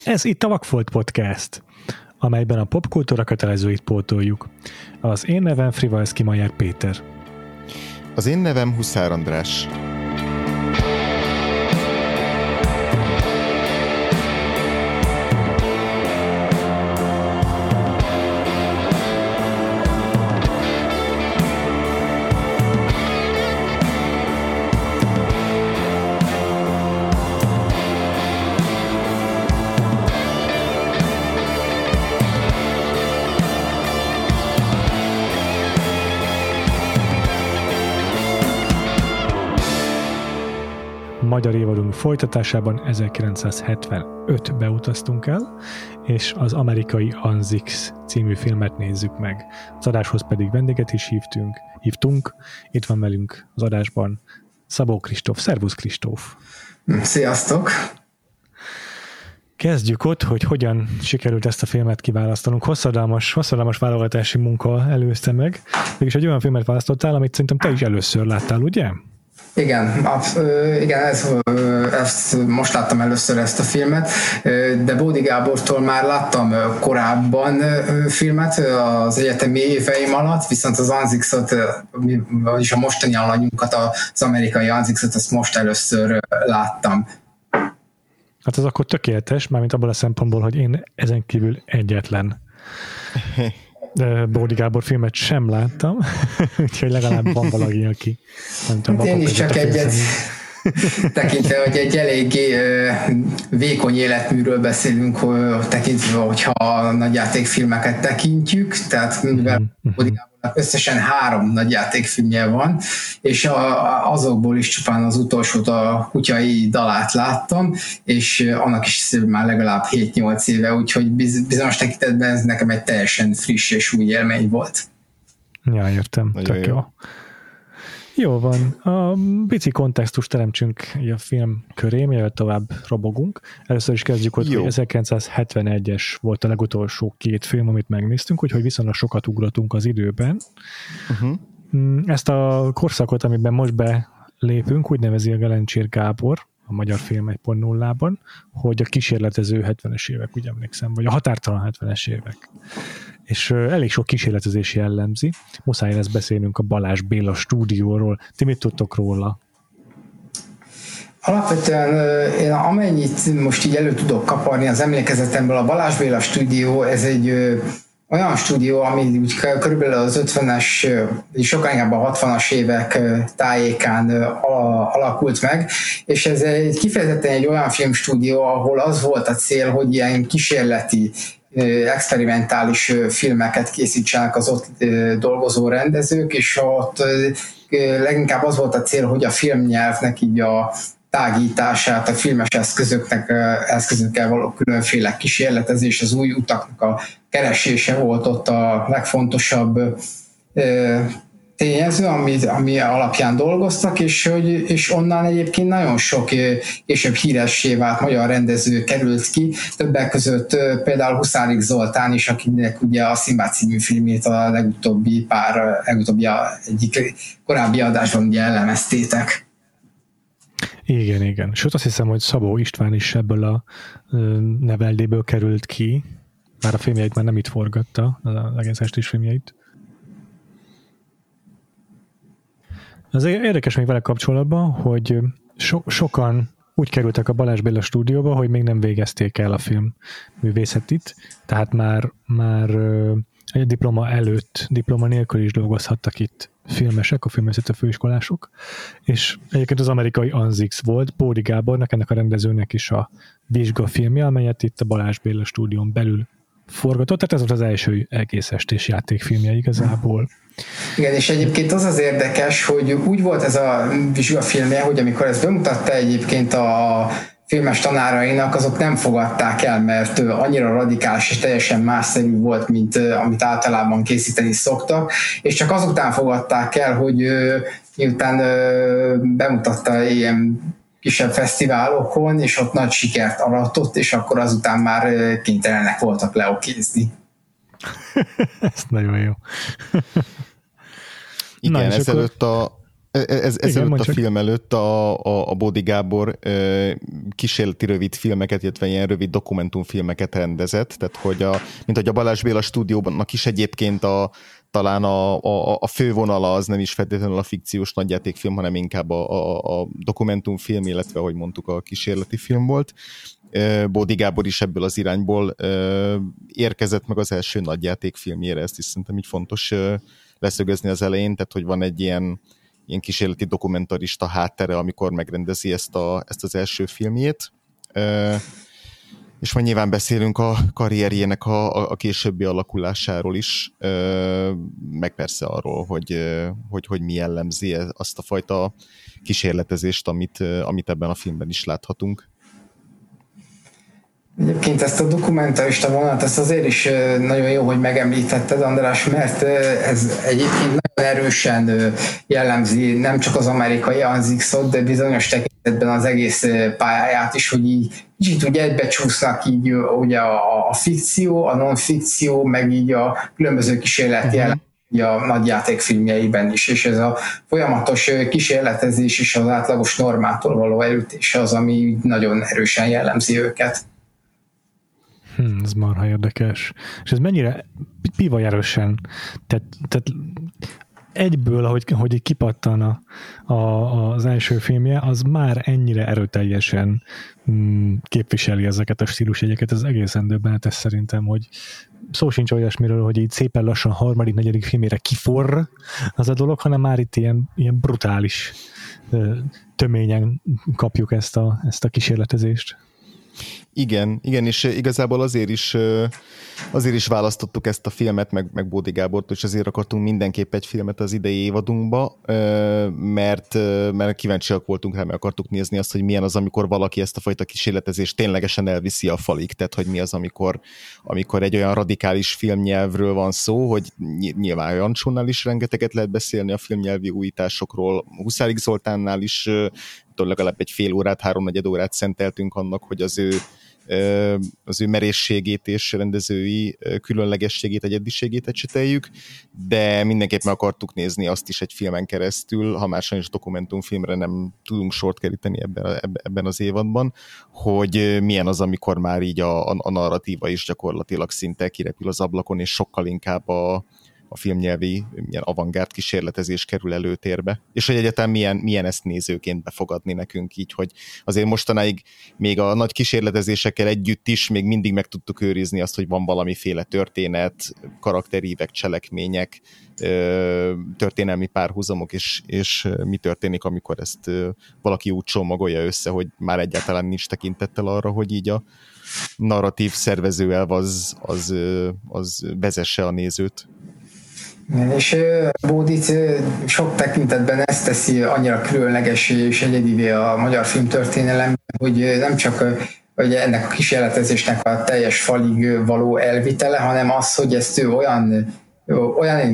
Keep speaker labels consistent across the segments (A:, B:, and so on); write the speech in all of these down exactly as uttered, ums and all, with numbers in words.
A: Ez itt a Vakfolt Podcast, amelyben a popkultúra kötelezőit pótoljuk. Az én nevem Frivalszky Majer Péter.
B: Az én nevem Huszár András.
A: Magyar évadunk folytatásában ezerkilencszázhetvenötbe utaztunk el, és az amerikai Anzix című filmet nézzük meg. Az adáshoz pedig vendéget is hívtunk. hívtunk. Itt van velünk az adásban Szabó Kristóf. Szervusz Kristóf!
C: Sziasztok!
A: Kezdjük ott, hogy hogyan sikerült ezt a filmet kiválasztanunk. Hosszadalmas, hosszadalmas válogatási munka előzte meg. Mégis egy olyan filmet választottál, amit szerintem te is először láttál, ugye?
C: Igen, absz- igen ez, ezt most láttam először ezt a filmet, de Bódi Gábortól már láttam korábban filmet az egyetemi éveim alatt, viszont az Anzixot, vagyis a mostani alanyunkat, az amerikai Anzixot, ezt most először láttam.
A: Hát ez akkor tökéletes, mármint abból a szempontból, hogy én ezen kívül egyetlen Bódi Gábor filmet sem láttam, úgyhogy legalább van valaki, aki nem tudom,
C: hát én is csak egyet tekintve, hogy egy eléggé vékony életműről beszélünk, tekintve, hogyha a nagyjátékfilmeket tekintjük, tehát mivel Bódi Gábornak összesen három nagyjátékfilmje van, és a, azokból is csupán az utolsót, a Kutyai dalát láttam, és annak is már legalább hét-nyolc éve, úgyhogy bizonyos tekintetben ez nekem egy teljesen friss és új élmény volt.
A: Ja, értem.
B: Nagyon
A: Tök
B: jó.
A: jó. Jó van. A pici kontextust teremtsünk a film köré, mielőtt tovább robogunk. Először is kezdjük ott, hogy ezerkilencszázhetvenegyes volt a legutolsó két film, amit megnéztünk, úgyhogy viszonylag sokat ugratunk az időben. Uh-huh. Ezt a korszakot, amiben most belépünk, úgy nevezi a Gelencsér Gábor, a Magyar Film egy pont nullában, hogy a kísérletező hetvenes évek, úgy emlékszem, vagy a határtalan hetvenes évek. És elég sok kísérletezés jellemzi. Muszáj lesz beszélnünk a Balázs Béla stúdióról. Ti mit tudtok róla?
C: Alapvetően én amennyit most így elő tudok kaparni az emlékezetemből, a Balázs Béla stúdió, ez egy olyan stúdió, ami úgy körülbelül az ötvenes, sokkal inkább a hatvanas évek tájékán alakult meg, és ez egy kifejezetten egy olyan filmstúdió, ahol az volt a cél, hogy ilyen kísérleti, experimentális filmeket készítsenek az ott dolgozó rendezők, és ott leginkább az volt a cél, hogy a filmnyelvnek így a tágítását, a filmes eszközöknek, eszközökkel való különféle kísérletezés, az új utaknak a keresése volt ott a legfontosabb tényező, ami, ami alapján dolgoztak, és, hogy, és onnan egyébként nagyon sok később híressé vált magyar rendező került ki, többek között például Huszárik Zoltán is, akinek ugye a Szimbád című filmét a legutóbbi pár, legutóbbi egyik korábbi adásban ugye elemeztétek.
A: Igen, igen. Sőt, azt hiszem, hogy Szabó István is ebből a neveldéből került ki, már a filmjeit már nem itt forgatta, a egész estés filmjeit. Az érdekes még vele kapcsolatban, hogy so- sokan úgy kerültek a Balázs Béla stúdióba, hogy még nem végezték el a film művészetit, tehát már, már egy diploma előtt, diploma nélkül is dolgozhattak itt filmesek, a filmvészeti főiskolások, és egyébként az amerikai Anzix volt, Bódi Gábornak, ennek a rendezőnek is a vizsgafilmje, amelyet itt a Balázs Béla stúdión belül forgatott, tehát ez volt az első egész estés játékfilmje igazából.
C: Igen, és egyébként az az érdekes, hogy úgy volt ez a vizsgafilmje, hogy amikor ezt bemutatta egyébként a filmes tanárainak, azok nem fogadták el, mert annyira radikális és teljesen másszerű volt, mint amit általában készíteni szoktak, és csak azután fogadták el, hogy miután bemutatta ilyen kisebb fesztiválokon, és ott nagy sikert aratott, és akkor azután már kénytelenek voltak leokézni.
A: Ez nagyon jó.
B: Igen, ezelőtt a, Ez, ezelőtt a film előtt a, a, a Bódi Gábor kísérleti rövid filmeket, illetve ilyen rövid dokumentumfilmeket rendezett, tehát hogy a, mint hogy a Balázs Béla stúdióbannak is egyébként a, talán a, a, a fővonala az nem is feltétlenül a fikciós nagyjátékfilm, hanem inkább a, a, a dokumentumfilm, illetve ahogy mondtuk a kísérleti film volt. Bódi Gábor is ebből az irányból érkezett meg az első nagyjátékfilmjére, ezt is szerintem így fontos leszögezni az elején, tehát hogy van egy ilyen ilyen kísérleti dokumentarista háttere, amikor megrendezi ezt, a, ezt az első filmjét. E, és majd nyilván beszélünk a karrierjének a, a későbbi alakulásáról is, e, meg persze arról, hogy, hogy, hogy mi jellemzi azt a fajta kísérletezést, amit, amit ebben a filmben is láthatunk.
C: Egyébként ezt a dokumentarista vonalat, ezt azért is nagyon jó, hogy megemlítetted, András, mert ez egyébként nagyon erősen jellemzi nem csak az amerikai Anzixot, de bizonyos tekintetben az egész pályáját is, hogy így kicsit úgy egybecsúsznak így ugye a, a fikció, a non-fikció, meg így a különböző kísérleti jelen a nagyjátékfilmjeiben is, és ez a folyamatos kísérletezés és az átlagos normától való elütése az, ami nagyon erősen jellemzi őket.
A: Hmm, ez marha érdekes. És ez mennyire pivajerősen, tehát, tehát egyből, ahogy, ahogy kipattan a, a, az első filmje, az már ennyire erőteljesen mm, képviseli ezeket a stílusjegyeket, ez egészen döbbenetes szerintem, hogy szó sincs olyasmiről, hogy így szépen lassan harmadik, negyedik filmére kiforr az a dolog, hanem már itt ilyen, ilyen brutális töményen kapjuk ezt a, ezt a kísérletezést.
B: Igen, igen, és igazából azért is, azért is választottuk ezt a filmet, meg, meg Bódi Gábort, és azért akartunk mindenképp egy filmet az idei évadunkba, mert, mert kíváncsiak voltunk rá, mert akartuk nézni azt, hogy milyen az, amikor valaki ezt a fajta kísérletezést ténylegesen elviszi a falig, tehát hogy mi az, amikor, amikor egy olyan radikális filmnyelvről van szó, hogy nyilván Jancsónál is rengeteget lehet beszélni a filmnyelvi újításokról, Huszárik Zoltánnál is legalább egy fél órát, háromnegyed órát szenteltünk annak, hogy az ő, az ő merészségét és rendezői különlegességét, egyediségét ecseteljük, de mindenképp meg akartuk nézni azt is egy filmen keresztül, ha már sajnos dokumentumfilmre nem tudunk sort keríteni ebben, ebben az évadban, hogy milyen az, amikor már így a, a narratíva is gyakorlatilag szinte kirepül az ablakon, és sokkal inkább a a filmnyelvi milyen avantgárd kísérletezés kerül előtérbe, és hogy egyetem milyen, milyen ezt nézőként befogadni nekünk így, hogy azért mostanáig még a nagy kísérletezésekkel együtt is még mindig meg tudtuk őrizni azt, hogy van valamiféle történet, karakterívek, cselekmények, történelmi párhuzamok, és, és mi történik, amikor ezt valaki úgy csomagolja össze, hogy már egyáltalán nincs tekintettel arra, hogy így a narratív szervezőelv az, az, az vezesse a nézőt.
C: És Bódit sok tekintetben ezt teszi annyira különleges és egyedivé a magyar filmtörténelemben, hogy nem csak hogy ennek a kísérletezésnek a teljes falig való elvitele, hanem az, hogy ezt ő olyan, olyan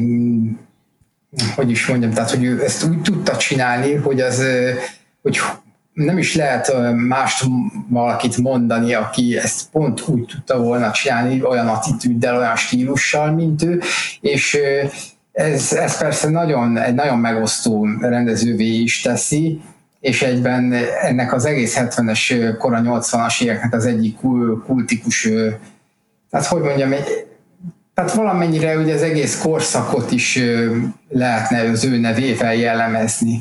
C: hogy is mondjam, tehát hogy ő ezt úgy tudta csinálni, hogy az, hogy nem is lehet mást valakit mondani, aki ezt pont úgy tudta volna csinálni, olyan attitűddel, olyan stílussal, mint ő, és ez, ez persze nagyon, egy nagyon megosztó rendezővé is teszi, és egyben ennek az egész hetvenes, kora nyolcvanas éveknek az egyik kultikus, tehát hogy mondjam, tehát valamennyire ugye az egész korszakot is lehetne az ő nevével jellemezni.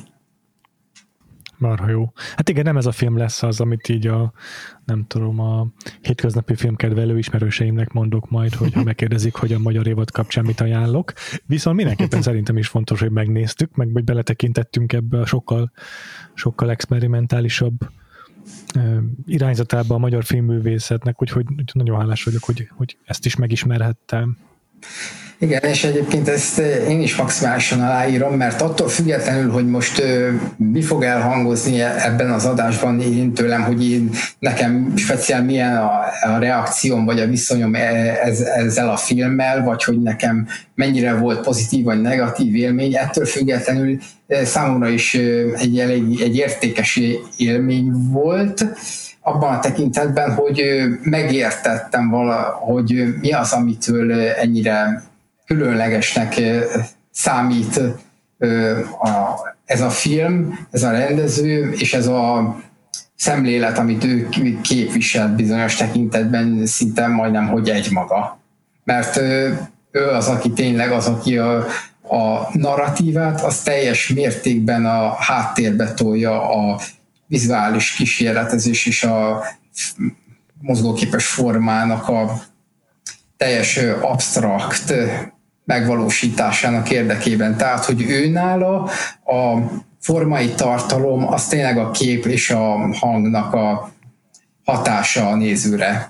A: Marha jó. Hát igen, nem ez a film lesz az, amit így a, nem tudom, a hétköznapi filmkedvelő ismerőseimnek mondok majd, hogyha megkérdezik, hogy a magyar évad kapcsán mit ajánlok. Viszont mindenképpen szerintem is fontos, hogy megnéztük, meg hogy beletekintettünk ebbe a sokkal, sokkal experimentálisabb irányzatába a magyar filmművészetnek, úgyhogy nagyon hálás vagyok, hogy, hogy ezt is megismerhettem.
C: Igen, és egyébként ezt én is maximálisan aláírom, mert attól függetlenül, hogy most mi fog elhangozni ebben az adásban én tőlem, hogy én, nekem speciál milyen a, a reakcióm, vagy a viszonyom ez, ezzel a filmmel, vagy hogy nekem mennyire volt pozitív vagy negatív élmény, ettől függetlenül számomra is egy, elég, egy értékes élmény volt, abban a tekintetben, hogy megértettem vala, hogy mi az, amitől ennyire különlegesnek számít a, ez a film, ez a rendező, és ez a szemlélet, amit ő képvisel bizonyos tekintetben, szinte majdnem, hogy egymaga. Mert ő az, aki tényleg az, aki a, a narratívát, az teljes mértékben a háttérbe tolja a vizuális kísérletezés és a mozgóképes formának a teljes absztrakt megvalósításának érdekében. Tehát, hogy ő nála a formai tartalom az tényleg a kép és a hangnak a hatása a nézőre.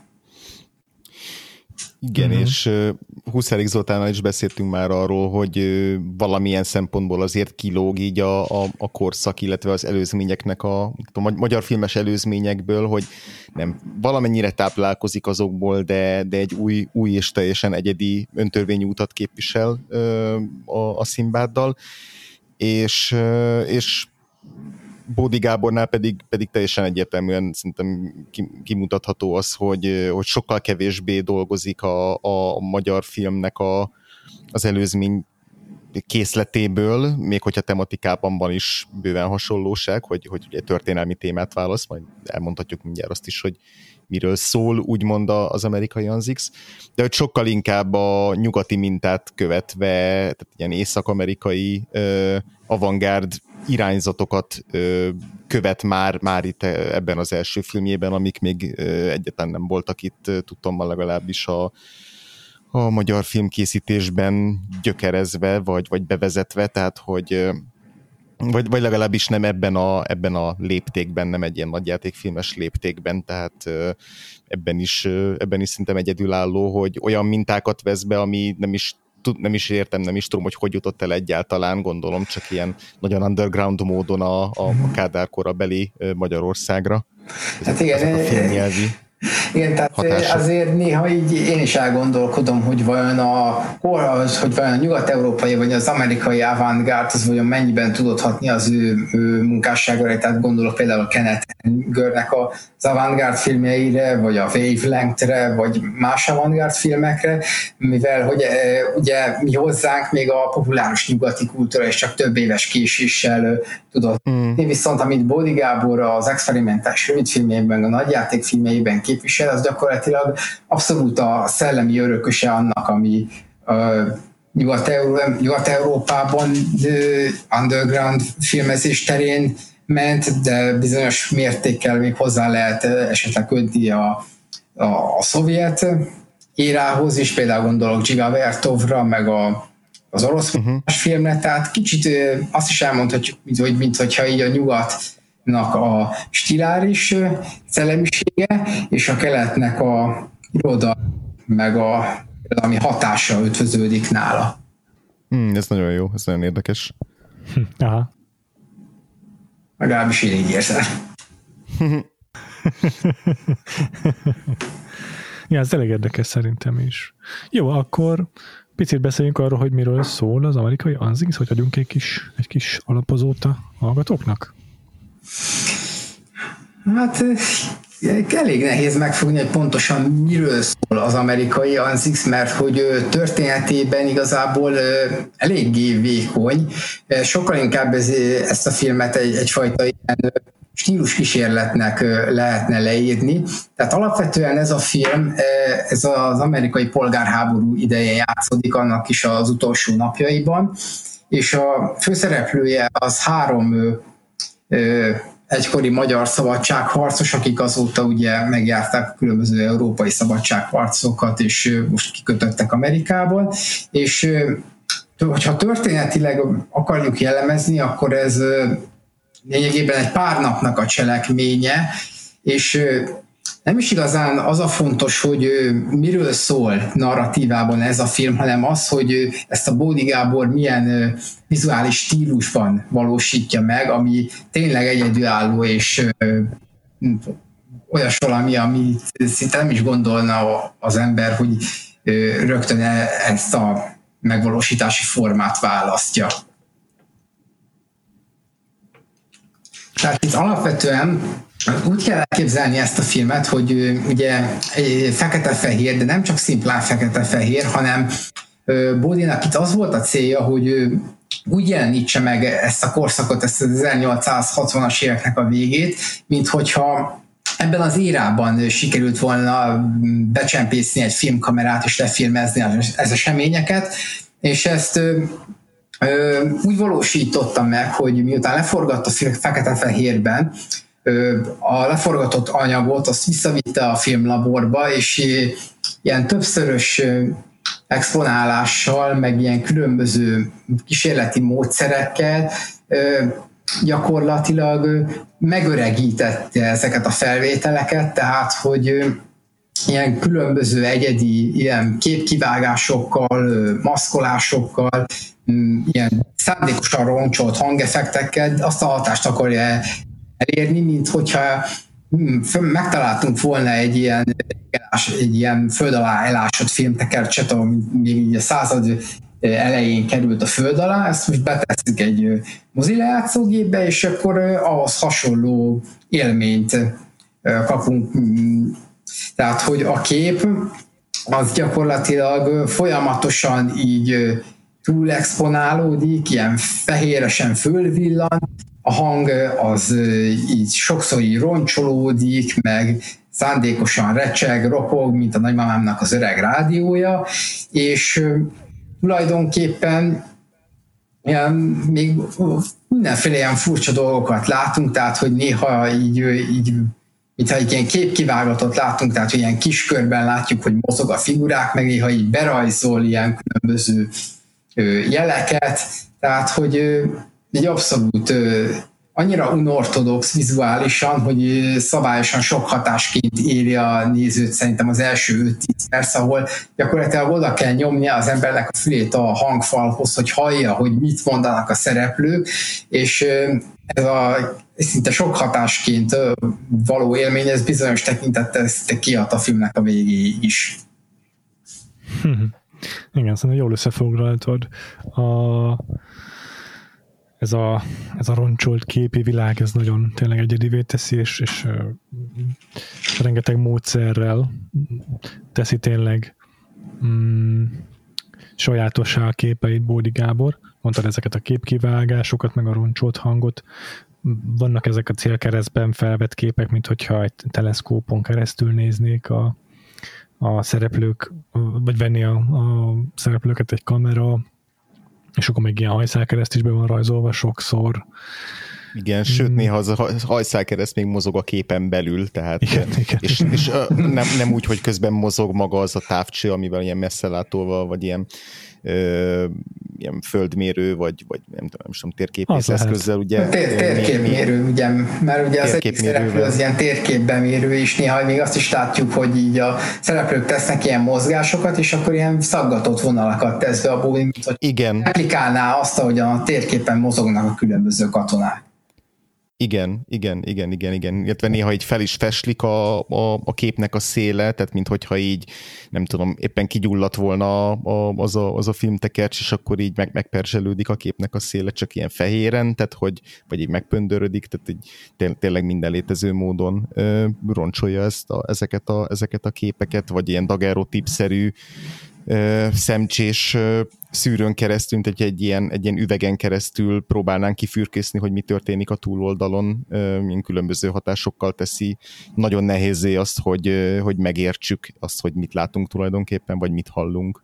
B: Igen, uh-huh. és Huszárik Zoltánnal is beszéltünk már arról, hogy valamilyen szempontból azért kilóg így a, a, a korszak, illetve az előzményeknek a, a magyar filmes előzményekből, hogy nem valamennyire táplálkozik azokból, de, de egy új, új és teljesen egyedi öntörvényű utat képvisel a, a Szimbáddal, és, és Bódi Gábornál pedig, pedig teljesen egyértelműen szerintem kimutatható az, hogy, hogy sokkal kevésbé dolgozik a, a magyar filmnek a, az előzmény készletéből, még hogyha tematikában van is bőven hasonlóság, hogy, hogy ugye történelmi témát válasz, majd elmondhatjuk mindjárt azt is, hogy miről szól úgymond az amerikai Anzix, de hogy sokkal inkább a nyugati mintát követve, tehát ilyen észak-amerikai uh, avantgárd irányzatokat ö, követ már, már itt ebben az első filmjében, amik még ö, egyáltalán nem voltak itt, tudtommal legalábbis a, a magyar filmkészítésben gyökerezve, vagy, vagy bevezetve, tehát hogy ö, vagy, vagy legalábbis nem ebben a, ebben a léptékben, nem egy ilyen nagyjátékfilmes léptékben, tehát ö, ebben is, ö, ebben is szerintem egyedülálló, hogy olyan mintákat vesz be, ami nem is nem is értem, nem is tudom, hogy hogy jutott el egyáltalán, gondolom, csak ilyen nagyon underground módon a, a, a Kádár korabeli Magyarországra. Ez hát igen, a filmnyelvi
C: igen, tehát hatások. Azért néha így én is elgondolkodom, hogy vajon a, hogy vajon a nyugat-európai vagy az amerikai avantgárd az vajon mennyiben tudott hatni az ő, ő munkásságára, tehát gondolok például a Kenneth Angernek az avantgárd filmjeire, vagy a Wavelength-re, vagy más avantgárd filmekre, mivel hogy ugye mi hozzánk még a populáris nyugati kultúra és csak több éves késéssel tudott. Mm. Viszont amit Bódi Gábor az experimentális rövidfilmjében, a nagyjátékfilmjeiben képvisel, az gyakorlatilag abszolút a szellemi örököse annak, ami uh, Nyugat-Euró- Nyugat-Európában uh, underground filmezés terén ment, de bizonyos mértékkel még hozzá lehet uh, esetleg kötni a, a, a szovjet érához is, például gondolok Dziga Vertovra, meg a, az orosz uh-huh. filmre, tehát kicsit uh, azt is elmondhatjuk, hogy mint hogyha így a nyugat a stiláris szellemisége, és a keletnek a iroda, meg a ami hatása ötvöződik nála.
B: Hmm, ez nagyon jó, ez nagyon érdekes.
A: Aha.
C: Legalábbis én így érzem.
A: Ja, ez elég érdekes szerintem is. Jó, akkor picit beszéljünk arról, hogy miről szól az amerikai Anzix, hogy adjunk egy kis, egy kis alapozót a hallgatóknak.
C: Hát elég nehéz megfogni, hogy pontosan miről szól az amerikai Anzix, mert hogy történetében igazából eléggé vékony. Sokkal inkább ez, ezt a filmet egy, egyfajta ilyen stíluskísérletnek lehetne leírni. Tehát alapvetően ez a film, ez az amerikai polgárháború idején játszódik, annak is az utolsó napjaiban, és a főszereplője az három egykori magyar szabadságharcos, akik azóta ugye megjárták különböző európai szabadságharcokat, és most kikötöttek Amerikából, és hogyha történetileg akarjuk jellemezni, akkor ez lényegében egy pár napnak a cselekménye, és nem is igazán az a fontos, hogy miről szól narratívában ez a film, hanem az, hogy ezt a Bódi Gábor milyen vizuális stílusban valósítja meg, ami tényleg egyedülálló, és olyas valami, amit szinte nem is gondolna az ember, hogy rögtön ezt a megvalósítási formát választja. Tehát itt alapvetően úgy kell elképzelni ezt a filmet, hogy ugye fekete-fehér, de nem csak szimplán fekete-fehér, hanem Bódinak itt az volt a célja, hogy úgy jelenítse meg ezt a korszakot, ezt az ezernyolcszázhatvanas éveknek a végét, mint hogyha ebben az érában sikerült volna becsempészni egy filmkamerát és lefilmezni az eseményeket, és ezt ö, ö, úgy valósította meg, hogy miután leforgatta a film fekete-fehérben, ö, a leforgatott anyagot azt visszavitte a filmlaborba, és ilyen többszörös exponálással, meg ilyen különböző kísérleti módszerekkel gyakorlatilag megöregítette ezeket a felvételeket, tehát hogy ilyen különböző egyedi ilyen képkivágásokkal, maszkolásokkal, ilyen szándékosan roncsolt hangeffektekkel azt a hatást akarja elérni, mint hogyha megtaláltunk volna egy ilyen, egy ilyen föld alá elásott filmtekercset, ami még így a század elején került a föld alá, ezt most betesszük egy mozilejátszógépbe, és akkor ahhoz hasonló élményt kapunk. Tehát, hogy a kép az gyakorlatilag folyamatosan így túl exponálódik, ilyen fehéresen fölvillan, a hang az így sokszor így roncsolódik, meg szándékosan recseg, ropog, mint a nagymamámnak az öreg rádiója, és tulajdonképpen ilyen, még mindenféle ilyen furcsa dolgokat látunk, tehát hogy néha így, így mintha egy ilyen képkivágatot látunk, tehát hogy ilyen kiskörben látjuk, hogy mozog a figurák, meg néha így berajzol ilyen különböző jeleket, tehát hogy egy abszolút annyira unortodox vizuálisan, hogy szabályosan sok hatásként éri a nézőt szerintem az első öt-tíz perc, ahol gyakorlatilag oda kell nyomnia az embernek a fülét a hangfalhoz, hogy hallja, hogy mit mondanak a szereplők, és ez a szinte sok hatásként való élmény, ez bizonyos tekintettel szinte kiad a filmnek a végéig is.
A: Hmm. Igen, szerintem jól összefoglaltad. A Ez a, ez a roncsolt képi világ, ez nagyon tényleg egyedivé teszi, és, és uh, rengeteg módszerrel teszi tényleg um, sajátossá a képeit Bódi Gábor. Mondtad ezeket a képkivágásokat, meg a roncsolt hangot. Vannak ezek a célkeresztben felvett képek, mint hogyha egy teleszkópon keresztül néznék a, a szereplők, vagy venni a, a szereplőket egy kamera, és akkor még ilyen hajszálkereszt is be van rajzolva sokszor.
B: Igen, sőt, néha az a hajszálkereszt még mozog a képen belül, tehát
A: igen, igen.
B: és, és nem, nem úgy, hogy közben mozog maga az a távcső, amivel ilyen messzelátóval, vagy ilyen, ö, ilyen földmérő, vagy, vagy nem tudom, nem tudom térképész eszközzel, ugye?
C: Tér, térképmérő, ugye, mert ugye az egyik szereplő az ilyen térképbemérő, és néha még azt is látjuk, hogy így a szereplők tesznek ilyen mozgásokat, és akkor ilyen szaggatott vonalakat tesz be a Bódi, mint hogy
B: igen.
C: applikálná azt, ahogy a térképen mozognak a különböző katonák.
B: Igen, igen, igen, igen, igen. Illetve néha így fel is feslik a, a, a képnek a széle, tehát minthogyha így, nem tudom, éppen kigyulladt volna a, az, a, az a filmtekercs, és akkor így meg, megperzselődik a képnek a széle, csak ilyen fehéren, tehát hogy, vagy így megpöndörödik, tehát így té- tényleg minden létező módon ö, roncsolja ezt a, ezeket, a, ezeket a képeket, vagy ilyen daguerreotípszerű ö, szemcsés ö, szűrőn keresztül, mint egy ilyen, egy ilyen üvegen keresztül próbálnánk kifürkészni, hogy mi történik a túloldalon, milyen különböző hatásokkal teszi. Nagyon nehézé azt, hogy, hogy megértsük azt, hogy mit látunk tulajdonképpen, vagy mit hallunk.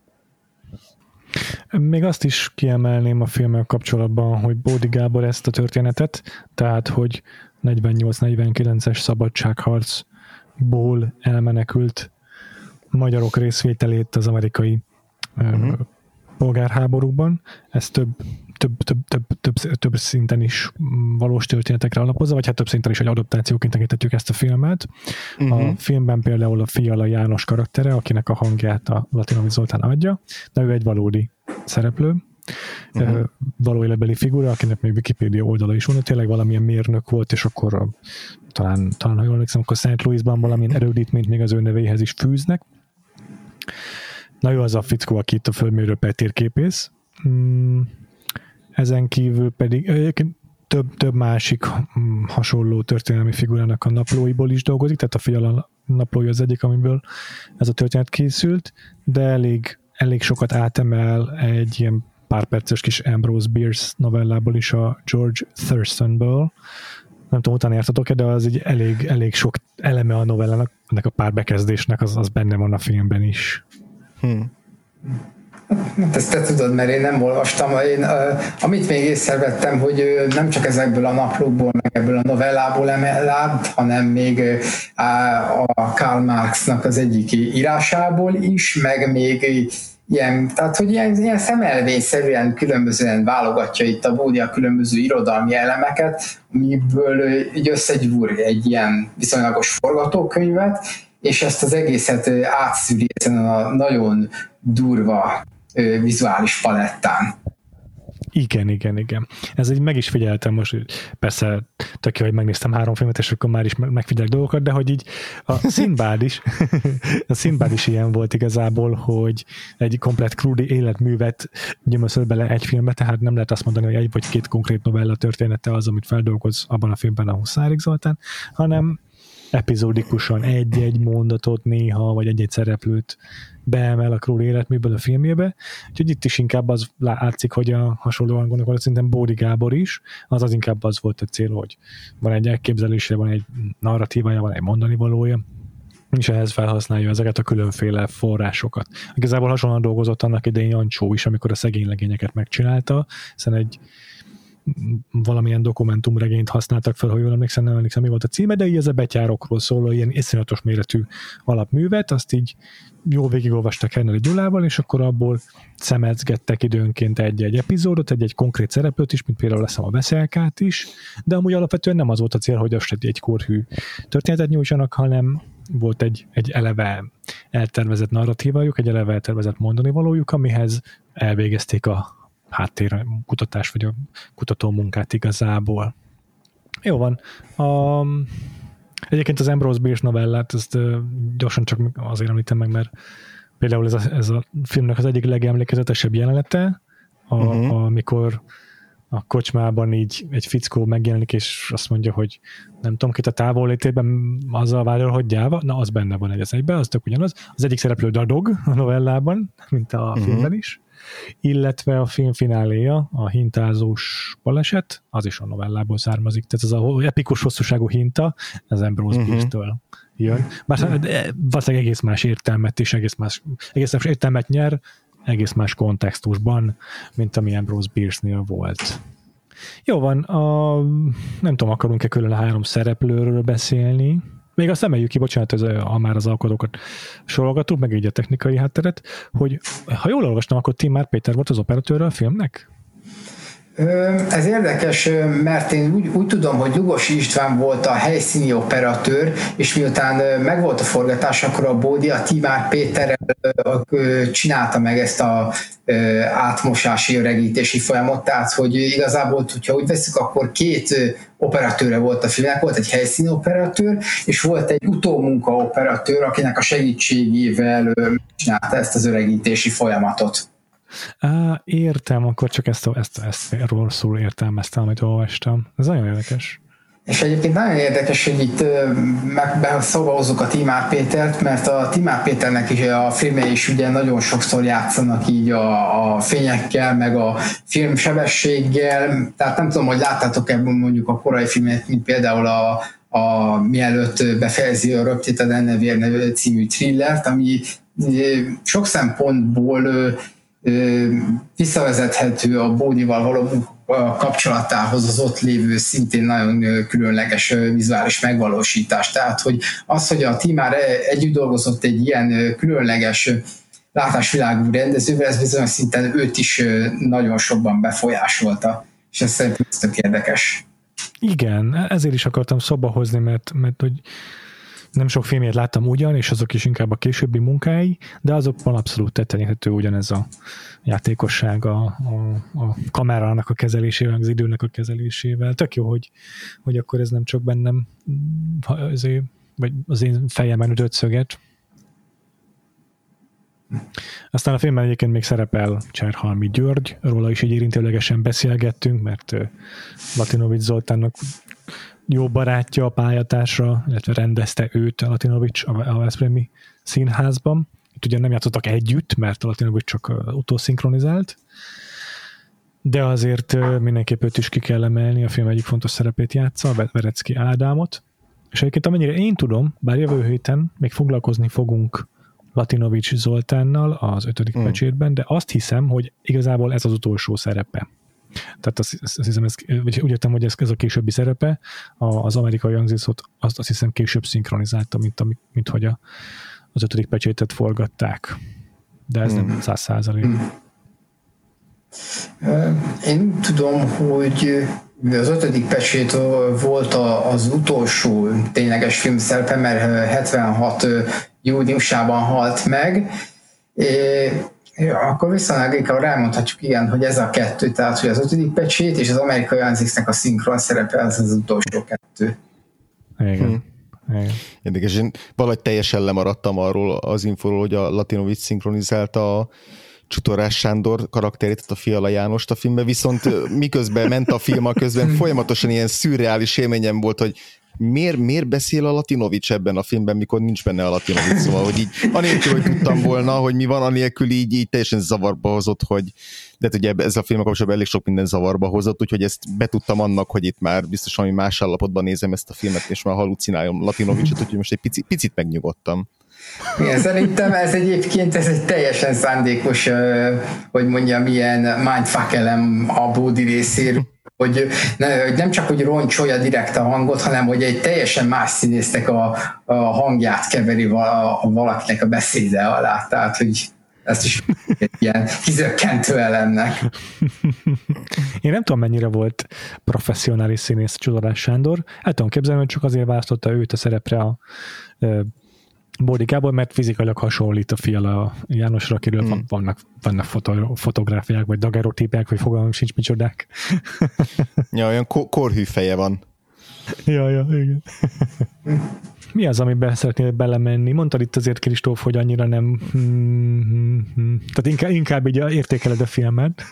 A: Még azt is kiemelném a filmmel kapcsolatban, hogy Bódi Gábor ezt a történetet, tehát, hogy negyvennyolc negyvenkilences szabadságharcból elmenekült magyarok részvételét az amerikai uh-huh. polgárháborúban. Ez több, több, több, több, több, több szinten is valós történetekre alapozza, vagy hát több szinten is, hogy adaptációként tekintetjük ezt a filmet. Uh-huh. A filmben például a Fiala János karaktere, akinek a hangját a Latinovics Zoltán adja, de ő egy valódi szereplő, uh-huh. való életbeli figura, akinek még Wikipédia oldala is van, hogy tényleg valamilyen mérnök volt, és akkor a, talán, talán ha jól emlékszem, akkor Saint Louisban valamilyen erődítményt még az ő nevéhez is fűznek. Na jó, az a fickó, aki itt a földmérő per térképész. Ezen kívül pedig több, több másik hasonló történelmi figurának a naplóiból is dolgozik, tehát a Fiala naplója az egyik, amiből ez a történet készült, de elég, elég sokat átemel egy ilyen pár perces kis Ambrose Bierce novellából is, a George Thurstonból. Nem tudom, utána jártatok-e, de az egy elég, elég sok eleme a novellának, ennek a pár bekezdésnek, az, az benne van a filmben is. Hmm.
C: Hát ezt te tudod, mert én nem olvastam. Én, uh, amit még észrevettem, hogy uh, nem csak ezekből a naplókból, meg ebből a novellából emellett, hanem még uh, a Karl Marxnak az egyik írásából is, meg még ilyen, tehát hogy ilyen, ilyen szemelvényszerűen különbözően válogatja itt a Bódi a különböző irodalmi elemeket, amiből így összegyúr egy ilyen viszonylagos forgatókönyvet, és ezt az egészet átszűri ezen a nagyon durva vizuális palettán.
A: Igen, igen, igen. Ez így meg is figyeltem most, persze tök jó, hogy megnéztem három filmet, és akkor már is megfigyelek dolgokat, de hogy így a Sinbad is, a Sinbad is ilyen volt igazából, hogy egy komplett krúdi életművet gyömöszöl bele egy filmbe, tehát nem lehet azt mondani, hogy egy vagy két konkrét novella története az, amit feldolgoz abban a filmben a Huszárik Zoltán, hanem epizódikusan egy-egy mondatot néha, vagy egy-egy szereplőt beemel a Krúli életműből a filmjébe. Úgyhogy itt is inkább az látszik, hogy a hasonlóan gondolkodott szinten Bódi Gábor is, az az inkább az volt a cél, hogy van egy elképzelése, van egy narratívája, van egy mondani valója, és ehhez felhasználja ezeket a különféle forrásokat. Igazából hasonlóan dolgozott annak idején Jancsó is, amikor a szegény legényeket megcsinálta, hiszen egy valamilyen dokumentumregényt használtak fel, ha jól emlékszem, nem emlékszem, mi volt a címe, de így ez a betyárokról szóló ilyen iszonyatos méretű alapművet, azt így jól végigolvastak Herneli Gyulával, és akkor abból szemezgettek időnként egy-egy epizódot, egy-egy konkrét szereplőt is, mint például leszem a Veszelkát is, de amúgy alapvetően nem az volt a cél, hogy azt egy korhű történetet nyújtsanak, hanem volt egy, egy eleve eltervezett narratívájuk, egy eleve eltervezett mondani valójuk, amihez elvégezték a háttér kutatás, vagy a kutató munkát igazából. Jó van. A, egyébként az Ambrose Bierce novellát, ezt gyorsan csak azért említem meg, mert például ez a, ez a filmnek az egyik legemlékezetesebb jelenete, a, uh-huh. amikor a kocsmában így egy fickó megjelenik, és azt mondja, hogy nem tudom, kit a távollétében azzal vádol, hogy gyáva, na az benne van egy az egyben, az tök ugyanaz. Az egyik szereplő dadog a novellában, mint a uh-huh. filmben is, illetve a film fináléja, a hintázós baleset, az is a novellából származik, tehát ez az epikus hosszúságú hinta, az Ambrose uh-huh. Bierce-től jön. Bár valószínűleg egész más értelmet és egész más, egész más értelmet nyer, egész más kontextusban, mint ami Ambrose Bierce-nél volt. Jó van, a, nem tudom, akarunk-e külön a három szereplőről beszélni? Még azt emeljük ki, bocsánat, ez, ha már az alkotókat sorogatunk, meg így a technikai hátteret, hogy ha jól olvastam, akkor Timár Péter volt az operatőr a filmnek?
C: Ez érdekes, mert én úgy, úgy tudom, hogy Lugos István volt a helyszíni operatőr, és miután megvolt a forgatás, akkor a Bódi a Timár Péterrel csinálta meg ezt a átmosási, öregítési folyamot, tehát hogy igazából, hogyha úgy veszük, akkor két operatőre volt a filmnek, volt egy helyszíni operatőr, és volt egy utómunka operatőr, akinek a segítségével csinálta ezt az öregítési folyamatot.
A: Á, értem, akkor csak ezt, ezt, ezt rosszul értelmeztem, amit olvastam. Ez nagyon érdekes.
C: És egyébként nagyon érdekes, hogy itt meg szóba hozzuk a Timár Pétert, mert a Timár Péternek is a filmje is ugye nagyon sokszor játszanak így a, a fényekkel, meg a filmsebességgel, tehát nem tudom, hogy láttátok ebben mondjuk a korai filmet, mint például a, a mielőtt befejezi a Röptéted Ennevér nevű című thrillert, ami sok szempontból visszavezethető a Bódival való kapcsolatához az ott lévő szintén nagyon különleges vizuális megvalósítás. Tehát, hogy az, hogy a Timár együtt dolgozott egy ilyen különleges látásvilágú rendezővel, ez bizonyos szinten őt is nagyon sokban befolyásolta, és ez szerintem ez tök érdekes.
A: Igen, ezért is akartam szóba hozni, mert, mert hogy nem sok filmjét láttam ugyan, és azok is inkább a későbbi munkái, de azokban abszolút tetten érhető ugyanez a játékosság a, a, a kamerának a kezelésével, az időnek a kezelésével. Tök jó, hogy, hogy akkor ez nem csak bennem azért, vagy az én fejemen ütött szöget. Aztán a filmben egyébként még szerepel Cserhalmi György, róla is így érintőlegesen beszélgettünk, mert Latinovics Zoltánnak jó barátja, a pályatársa, illetve rendezte őt a Latinovics a Veszprémi Színházban. Itt ugye nem játszottak együtt, mert a Latinovics csak utószinkronizált. de azért mindenképp őt is ki kell emelni, a film egyik fontos szerepét játsza, Verecki Ádámot. És egyébként amennyire én tudom, bár jövő héten még foglalkozni fogunk Latinovics Zoltánnal az ötödik hmm. pecsétben, de azt hiszem, hogy igazából ez az utolsó szerepe. Tehát azt, azt hiszem, ez, vagy úgy értem, hogy ez, ez a későbbi szerepe, az amerikai hangzészot azt, azt hiszem később szinkronizálta, mint, a, mint hogy a, az ötödik pecsétet forgatták. De ez hmm. nem száz százalék.
C: Én tudom, hogy az ötödik pecsét volt az utolsó tényleges filmszerepe, mert hetvenhat júniusában halt meg. É, akkor viszonylag inkább elmondhatjuk, igen, hogy ez a kettő, tehát hogy az ötödik pecsét és az amerikai Anzixnek a szinkron szerepe az az utolsó kettő.
A: Igen. Hmm.
B: Érdekes, én valahogy teljesen lemaradtam arról az infóról, hogy a Latinovics szinkronizálta a Csutorás Sándor karakterét, tehát a Fiala Jánost a filmben, viszont miközben ment a film, a közben folyamatosan ilyen szürreális élményem volt, hogy miért, miért beszél a Latinovics ebben a filmben, mikor nincs benne a Latinovics, szóval, hogy így anélkül, hogy tudtam volna, hogy mi van, anélkül így, így teljesen zavarba hozott, hogy de ugye ez a film kapcsolatban elég sok minden zavarba hozott, úgyhogy ezt betudtam annak, hogy itt már biztos valami más állapotban nézem ezt a filmet, és már halucinálom Latinovicsot, úgyhogy most egy picit, picit megnyugodtam.
C: Igen, szerintem ez egyébként ez egy teljesen szándékos, hogy mondjam, ilyen mindfuck elem a Bódi részéről, hogy nem csak, hogy roncsolja direkt a hangot, hanem hogy egy teljesen más színésznek a, a hangját keveri valakinek a beszéde alá, tehát hogy ezt is egy ilyen kizökkentő elemnek.
A: Én nem tudom, mennyire volt professzionális színész Csutorás Sándor. El tudom képzelni, hogy csak azért választotta őt a szerepre a Bódi Gábor, mert fizikailag hasonlít a Fiala Jánosra, akiről hmm. vannak, vannak foto, fotográfiák, vagy dagerotípiák, vagy fogalmam sincs micsodák.
B: Ja, olyan ko- korhű feje van.
A: Ja, ja, igen. Mi az, amiben szeretnél belemenni? Mondtad itt azért, Kristóf, hogy annyira nem... Tehát inkább, inkább így értékeled a filmet.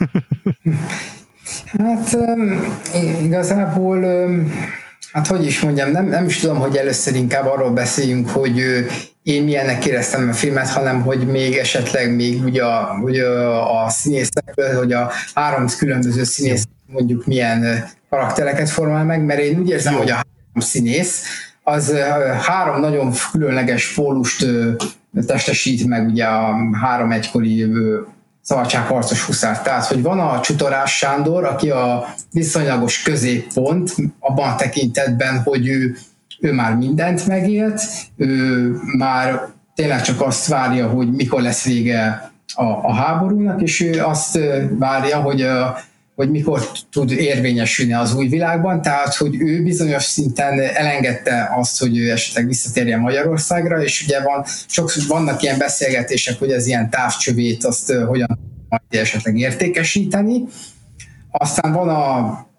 C: Hát igazából... Hát hogy is mondjam, nem, nem is tudom, hogy először inkább arról beszéljünk, hogy én milyennek éreztem a filmet, hanem hogy még esetleg még ugye a, ugye a színészekről, hogy a három különböző színész mondjuk milyen karaktereket formál meg, mert én úgy érzem, hogy a három színész az három nagyon különleges pólust testesít meg ugye a három egykori szabadságharcos huszár. Tehát, hogy van a Csutorás Sándor, aki a viszonylagos középpont abban a tekintetben, hogy ő, ő már mindent megélt, ő már tényleg csak azt várja, hogy mikor lesz vége a, a háborúnak, és ő azt várja, hogy, hogy mikor tud érvényesülni az új világban, tehát, hogy ő bizonyos szinten elengedte azt, hogy ő esetleg visszatérjen Magyarországra, és ugye van, sokszor vannak ilyen beszélgetések, hogy az ilyen távcsövét azt hogyan majd esetleg értékesíteni. Aztán van a,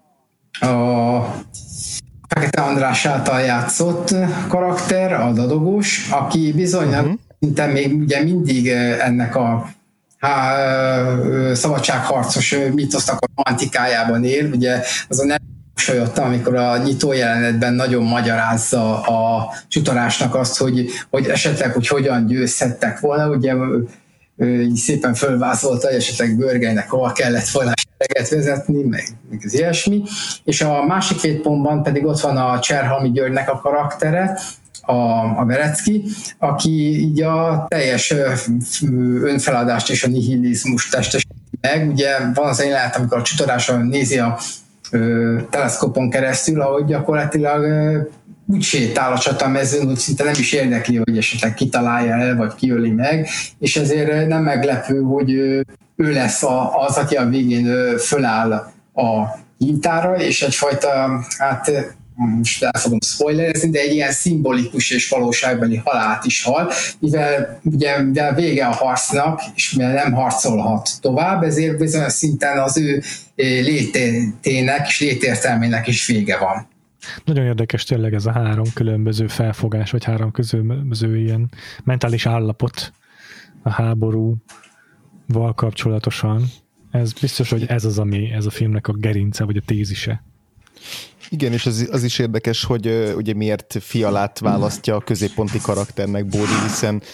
C: a Fekete András által játszott karakter, a Dadogós, aki bizony uh-huh. szinten még ugye mindig ennek a Há, szabadságharcos mitosznak a romantikájában él, ugye azon nem mosolyodtam, amikor a nyitó jelenetben nagyon magyarázza a Csutorásnak azt, hogy, hogy esetleg, hogy hogyan győzhettek volna, ugye így szépen fölvázolta, hogy esetleg Börgelynek hol kellett volna sereget vezetni, meg, meg az ilyesmi, és a másik két pontban pedig ott van a Cserhalmi Györgynek a karaktere, a, a Verecki, aki így a teljes önfeladást és a nihilizmust testesíti meg. Ugye van az jelenet, amikor a Csutoráson nézi a ö, teleszkópon keresztül, ahogy gyakorlatilag ö, úgy sétál a csatamezőn, úgy szinte nem is érdekli, hogy esetleg kitalálja el, vagy kiöli meg, és ezért nem meglepő, hogy ő, ő lesz az, aki a végén föláll a hintára, és egyfajta, hát most el fogom spoilerezni, de egy ilyen szimbolikus és valóságbeli halált is hal, mivel ugye mivel vége a harcnak, és mivel nem harcolhat tovább, ezért bizonyos szinten az ő létének és létértelmének is vége van.
A: Nagyon érdekes tényleg ez a három különböző felfogás, vagy három különböző ilyen mentális állapot a háborúval kapcsolatosan. Ez biztos, hogy ez az, ami ez a filmnek a gerince, vagy a tézise.
B: Igen, és az, az is érdekes, hogy uh, ugye miért Fialát választja a középponti karakternek Bódi, hiszen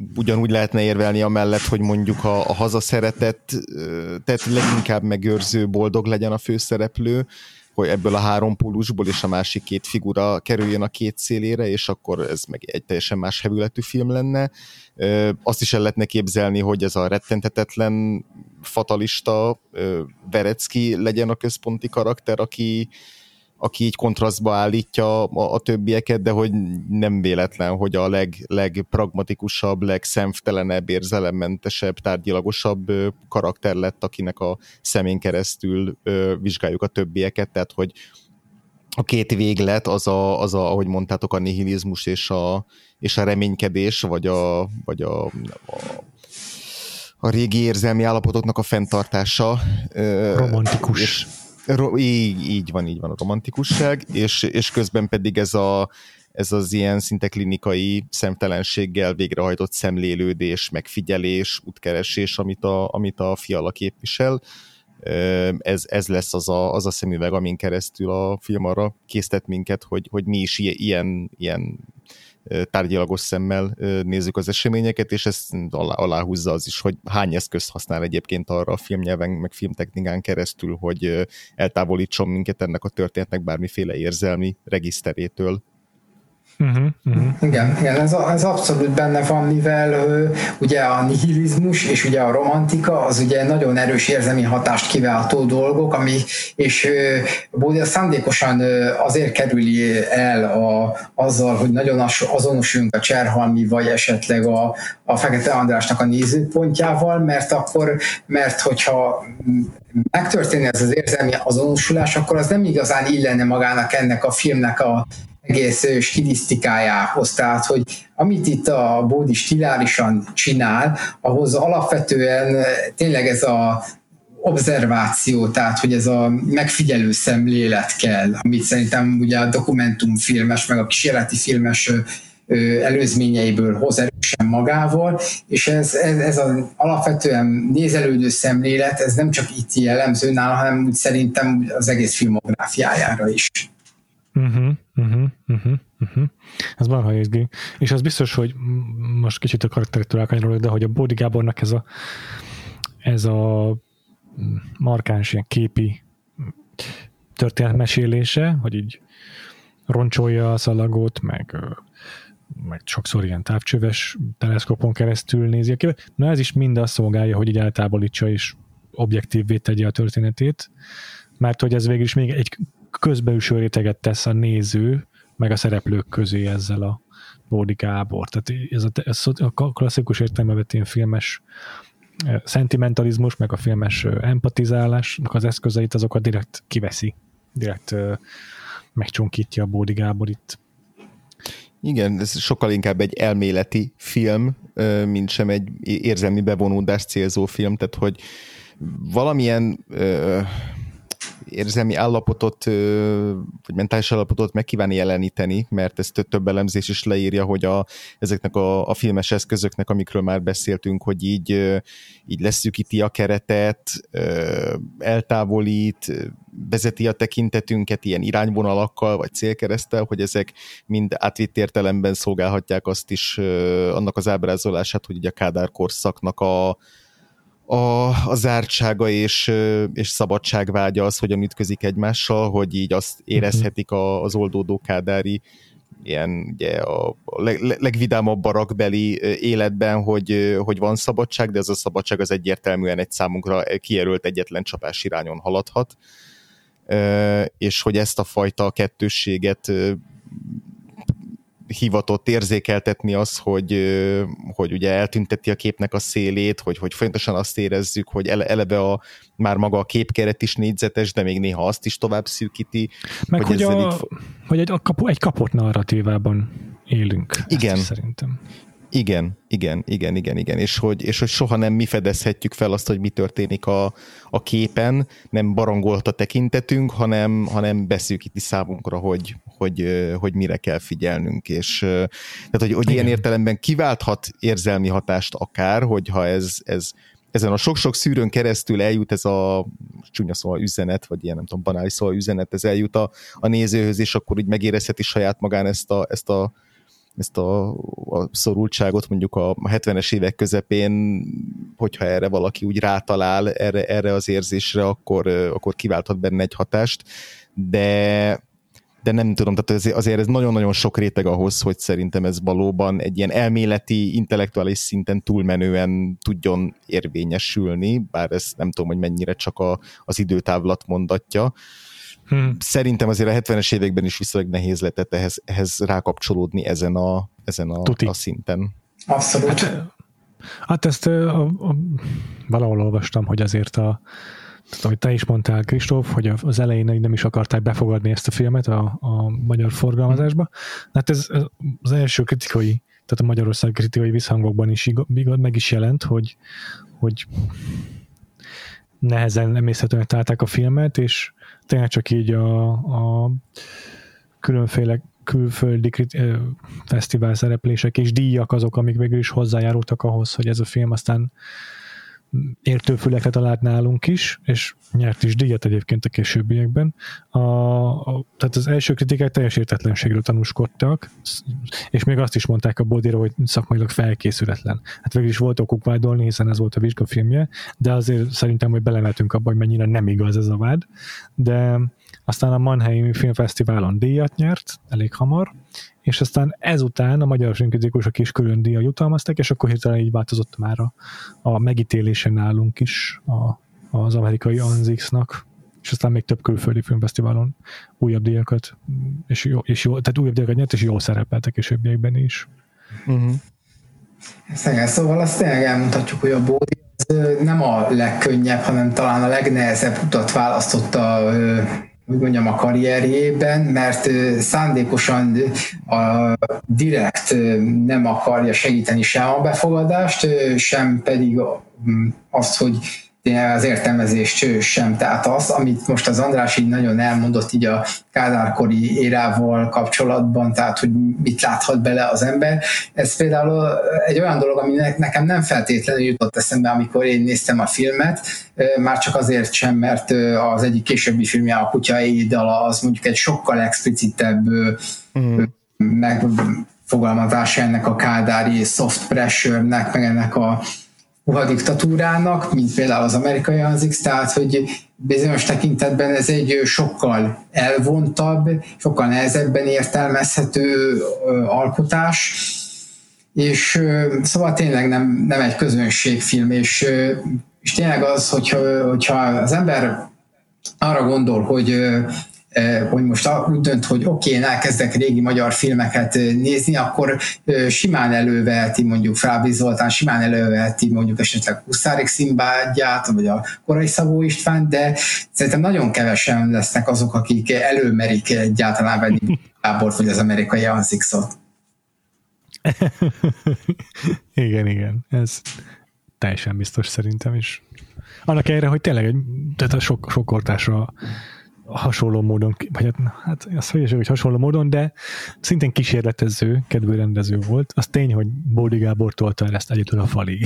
B: ugyanúgy lehetne érvelni amellett, hogy mondjuk a, a hazaszeretet, tehát leginkább megőrző, boldog legyen a főszereplő, hogy ebből a három pólusból és a másik két figura kerüljön a két szélére, és akkor ez meg egy teljesen más hevületű film lenne. Azt is el lehetne képzelni, hogy ez a rettenthetetlen fatalista Verecki legyen a központi karakter, aki, aki így kontrasztba állítja a, a többieket, de hogy nem véletlen, hogy a leg, legpragmatikusabb, legszemtelenebb, érzelemmentesebb, tárgyilagosabb karakter lett, akinek a szemén keresztül ö, vizsgáljuk a többieket, tehát hogy a két véglet, az, a, az a, ahogy mondtátok, a nihilizmus és a, és a reménykedés, vagy a, vagy a, a a régi érzelmi állapotoknak a fenntartása.
A: Romantikus.
B: És, Így, így van, így van a romantikusság, és, és közben pedig ez, a, ez az ilyen szinte klinikai szemtelenséggel végrehajtott szemlélődés, megfigyelés, útkeresés, amit a, amit a Fiala képvisel. Ez, ez lesz az a, az a szemüveg, amin keresztül a film arra késztet minket, hogy, hogy mi is ilyen, ilyen tárgyilagos szemmel nézzük az eseményeket, és ezt alá, aláhúzza az is, hogy hány eszközt használ egyébként arra a filmnyelven, meg filmtechnikán keresztül, hogy eltávolítson minket ennek a történetnek bármiféle érzelmi regiszterétől.
A: Uh-huh, uh-huh.
C: Igen, igen ez, ez abszolút benne van, mivel ö, ugye a nihilizmus és ugye a romantika az ugye nagyon erős érzelmi hatást kiváltó dolgok, ami, és Bódi szándékosan ö, azért kerüli el a, azzal, hogy nagyon azonosuljunk a Cserhalmi vagy esetleg a, a Fekete Andrásnak a nézőpontjával, mert akkor, mert hogyha megtörténne ez az érzelmi azonosulás, akkor az nem igazán illene magának ennek a filmnek a egész stilisztikájához, tehát hogy amit itt a Bódi stilárisan csinál, ahhoz alapvetően tényleg ez a observáció, tehát hogy ez a megfigyelő szemlélet kell, amit szerintem ugye a dokumentumfilmes, meg a kísérleti filmes előzményeiből hoz erősen magával, és ez, ez, ez az alapvetően nézelődő szemlélet, ez nem csak itt jellemző nála, hanem úgy szerintem az egész filmográfiájára is.
A: Uh-huh, uh-huh, uh-huh, uh-huh. Ez marha izgi. És az biztos, hogy most kicsit a karakterektől elkanyarodok, de hogy a Bódi Gábornak ez a ez a markáns ilyen képi történetmesélése, hogy így roncsolja a szalagot, meg, meg sokszor ilyen távcsöves teleszkópon keresztül nézi a képet. Na ez is mind azt szolgálja, hogy így eltávolítsa és objektívvé tegye a történetét, mert hogy ez végül is még egy közbeüső réteget tesz a néző, meg a szereplők közé ezzel a Bódi Gábor. Tehát ez a, ez a klasszikus értelemben vett ilyen filmes szentimentalizmus, meg a filmes empatizálásnak az eszközeit, azokat direkt kiveszi. Direkt uh, megcsonkítja a Bódi Gábor itt.
B: Igen, ez sokkal inkább egy elméleti film, mint sem egy érzelmi bevonódást célzó film, tehát hogy valamilyen uh, érzelmi állapotot, vagy mentális állapotot meg kíván jeleníteni, mert ezt több elemzés is leírja, hogy a, ezeknek a, a filmes eszközöknek, amikről már beszéltünk, hogy így, így leszűkíti a keretet, eltávolít, vezeti a tekintetünket ilyen irányvonalakkal, vagy célkereszttel, hogy ezek mind átvitt értelemben szolgálhatják azt is, annak az ábrázolását, hogy így a Kádár korszaknak a A, a zártsága és, és szabadságvágya az, hogyan ütközik egymással, hogy így azt érezhetik a, az oldódó kádári ilyen ugye a leg, legvidámabb barakbeli életben, hogy, hogy van szabadság, de ez a szabadság az egyértelműen egy számunkra kijelölt egyetlen csapás irányon haladhat, és hogy ezt a fajta kettősséget hivatott érzékeltetni az, hogy, hogy ugye eltünteti a képnek a szélét, hogy, hogy folyamatosan azt érezzük, hogy eleve a, már maga a képkeret is négyzetes, de még néha azt is tovább szűkíti.
A: Meg hogy, hogy, a, így... hogy egy, kapu, egy kapott narratívában élünk.
B: Igen.
A: Szerintem.
B: Igen, igen, igen, igen, igen, és hogy, és hogy soha nem mi fedezhetjük fel azt, hogy mi történik a, a képen, nem barangolhat a tekintetünk, hanem, hanem beszűkíti számunkra, hogy, hogy, hogy mire kell figyelnünk, és tehát, hogy, hogy ilyen értelemben kiválthat érzelmi hatást akár, hogyha ez, ez ezen a sok-sok szűrőn keresztül eljut ez a csúnya szóval üzenet, vagy ilyen nem tudom, banális szóval üzenet, ez eljut a, a nézőhöz, és akkor úgy megérezheti saját magán ezt a, ezt a ezt a, a szorultságot mondjuk a hetvenes évek közepén, hogyha erre valaki úgy rátalál erre, erre az érzésre, akkor, akkor kiválthat benne egy hatást, de de nem tudom, tehát azért ez nagyon-nagyon sok réteg ahhoz, hogy szerintem ez valóban egy ilyen elméleti, intellektuális szinten túlmenően tudjon érvényesülni, bár ez nem tudom, hogy mennyire csak a, az időtávlat mondatja. Hmm. Szerintem azért a hetvenes években is viszonylag nehéz lehetett ehhez, ehhez rákapcsolódni ezen a, ezen a, a szinten.
C: Abszolút.
A: Hát, hát ezt a, a, valahol olvastam, hogy azért a tehát, ahogy te is mondtál, Kristóf, hogy az elején nem is akarták befogadni ezt a filmet a, a magyar forgalmazásba. Hát ez az első kritikai, tehát a Magyarország kritikai visszhangokban is igaz, meg is jelent, hogy, hogy nehezen emészhetően találták a filmet, és tényleg csak így a, a különféle külföldi kriti- fesztivál szereplések és díjak azok, amik végül is hozzájárultak ahhoz, hogy ez a film aztán értőfülekre talált nálunk is, és nyert is díjat egyébként a későbbiekben. A, a, tehát az első kritikák teljes értetlenségről tanúskodtak, és még azt is mondták a Bodira, hogy szakmailag felkészületlen. Hát végül is volt okuk vádolni, hiszen ez volt a vizsgafilmje, de azért szerintem, hogy belemeltünk abba, hogy mennyire nem igaz ez a vád. De aztán a Mannheimi Filmfesztiválon díjat nyert, elég hamar, és aztán ezután a magyar filmkritikusok is külön díjat jutalmazták, és akkor hirtelen így változott már a, a megítélése nálunk is a, az amerikai Anzixnak, és aztán még több külföldi filmfesztiválon újabb díjakat, és jó, és jó, tehát újabb díjakat nyert, és jól szerepeltek későbbiekben is. Uh-huh.
C: Szóval azt tényleg elmondhatjuk, hogy a Bódi nem a legkönnyebb, hanem talán a legnehezebb utat választotta, úgy mondjam, a karrierjében, mert szándékosan a direkt nem akarja segíteni sem a befogadást, sem pedig azt, hogy az értelmezést sem. Tehát az, amit most az András így nagyon elmondott így a Kádár-kori érával kapcsolatban, tehát hogy mit láthat bele az ember, ez például egy olyan dolog, ami nekem nem feltétlenül jutott eszembe, amikor én néztem a filmet, már csak azért sem, mert az egyik későbbi filmje, a Kutya éjdala, az mondjuk egy sokkal explicitebb mm. megfogalmazása ennek a kádári soft pressure-nek, meg ennek a puha diktatúrának, mint például az amerikai Anzix, tehát hogy bizonyos tekintetben ez egy sokkal elvontabb, sokkal nehezebben értelmezhető alkotás, és szóval tényleg nem, nem egy közönségfilm, és, és tényleg az, hogyha, hogyha az ember arra gondol, hogy hogy most úgy dönt, hogy oké, okay, én elkezdek régi magyar filmeket nézni, akkor simán előveheti mondjuk Frábri Zoltán, simán előveheti mondjuk esetleg Huszárik Szimbádját, vagy a Korai Szabó István, de szerintem nagyon kevesen lesznek azok, akik előmerik egyáltalán venni Gábort, vagy az amerikai Anzixot.
A: Igen, igen. Ez teljesen biztos szerintem is. Annak ellenére, hogy tényleg egy, tehát a sok, sok kortásra hasonló módon, vagy hát azt mondja, hogy hasonló módon, de szintén kísérletező, kedvű rendező volt. Az tény, hogy Bódi Gábor tolta el ezt egyetől a falig.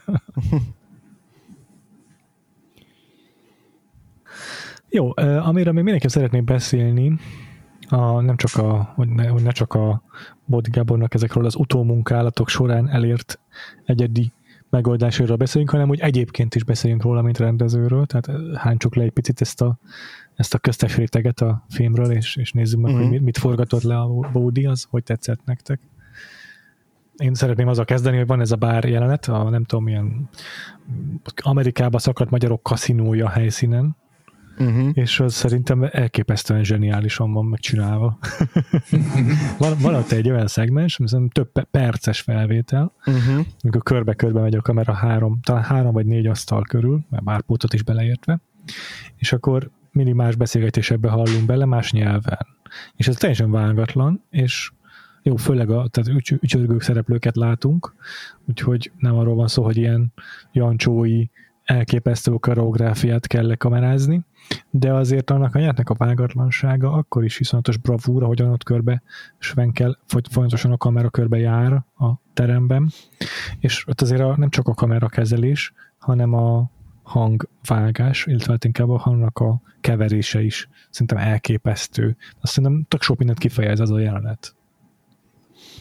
A: Jó, amire még mindenki szeretnék beszélni, a, nem csak a, hogy ne, hogy ne csak a Bódi Gábornak ezekről az utómunkálatok során elért egyedi megoldásairól beszéljünk, hanem úgy egyébként is beszéljünk róla, mint rendezőről, tehát hánycsuk le egy picit ezt a, ezt a köztes réteget a filmről, és, és nézzük meg, uh-huh. hogy mit forgatott le a Bódi, az hogy tetszett nektek. Én szeretném azzal kezdeni, hogy van ez a bár jelenet, a nem tudom, milyen Amerikába szakadt magyarok kaszinója helyszínen, uh-huh. és az szerintem elképesztően zseniálisan van megcsinálva. van, van ott egy olyan szegmens, ami több perces felvétel, uh-huh. amikor körbe-körbe megy a kamera három, talán három vagy négy asztal körül, mert bárpótot is beleértve, és akkor mindig más beszélgetésebbe hallunk bele, más nyelven. És ez teljesen vágatlan, és jó, főleg a tehát ügy, ügyörgő szereplőket látunk, úgyhogy nem arról van szó, hogy ilyen jancsói elképesztő koreográfiát kell lekamerázni, de azért annak a nyertnek a vágatlansága akkor is iszonyatos bravúra, hogyan ott körbe svenkel, folyamatosan a kamera körbe jár a teremben, és ott azért a, nem csak a kamerakezelés, hanem a hangvágás, illetve inkább a hangnak a keverése is szerintem elképesztő. Azt szerintem tök sok mindent kifejez az a jelenet.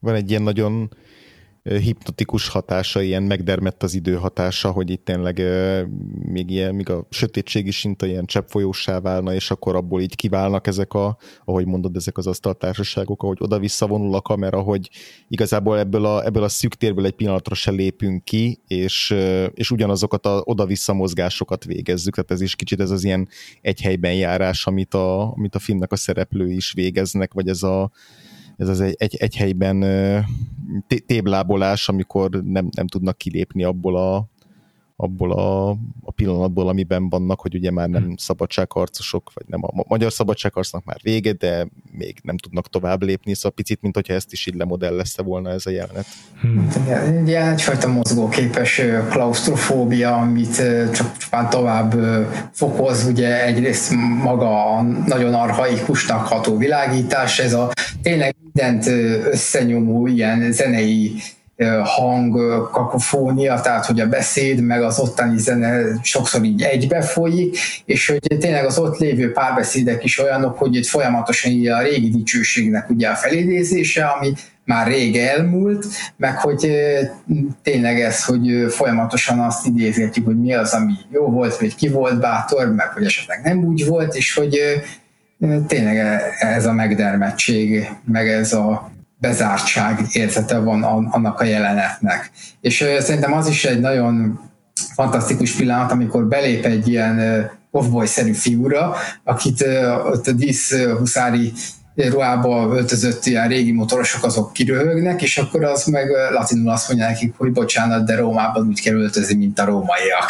B: van egy ilyen nagyon hipnotikus hatása, ilyen megdermett az idő hatása, hogy itt tényleg még ilyen, még a sötétség is szinte ilyen cseppfolyóssá válna, és akkor abból így kiválnak ezek a, ahogy mondod, ezek az asztaltársaságok, ahogy oda-vissza vonul a kamera, hogy igazából ebből a, ebből a szűk térből egy pillanatra se lépünk ki, és, és ugyanazokat a oda-vissza mozgásokat végezzük, tehát ez is kicsit ez az ilyen egy helyben járás, amit a, amit a filmnek a szereplői is végeznek, vagy ez a ez az egy, egy, egy helyben téblábolás, amikor nem, nem tudnak kilépni abból a, abból a, a pillanatból, amiben vannak, hogy ugye már nem szabadságharcosok, vagy nem a magyar szabadságharcnak már vége, de még nem tudnak tovább lépni, szóval picit, mint hogyha ezt is így lemodellezte volna ez a jelenet.
C: Hmm. Ugye egyfajta mozgóképes klaustrofóbia, amit csak csupán tovább fokoz, ugye egyrészt maga a nagyon archaikusnak ható világítás, ez a tényleg mindent összenyomó ilyen zenei hang, kakofónia, tehát hogy a beszéd meg az ottani zene sokszor így egybe folyik, és hogy tényleg az ott lévő párbeszédek is olyanok, hogy itt folyamatosan így a régi dicsőségnek ugye a felidézése, ami már rég elmúlt, meg hogy tényleg ez, hogy folyamatosan azt idézgetjük, hogy mi az, ami jó volt, vagy ki volt bátor, meg hogy esetleg nem úgy volt, és hogy tényleg ez a megdermettség, meg ez a bezártság érzete van annak a jelenetnek. És szerintem az is egy nagyon fantasztikus pillanat, amikor belép egy ilyen cowboy-szerű figura, akit ott a díszhuszári ruhába öltözött ilyen régi motorosok, azok kiröhögnek, és akkor az meg latinul azt mondja nekik, hogy bocsánat, de Rómában úgy kell öltözni, mint a rómaiak.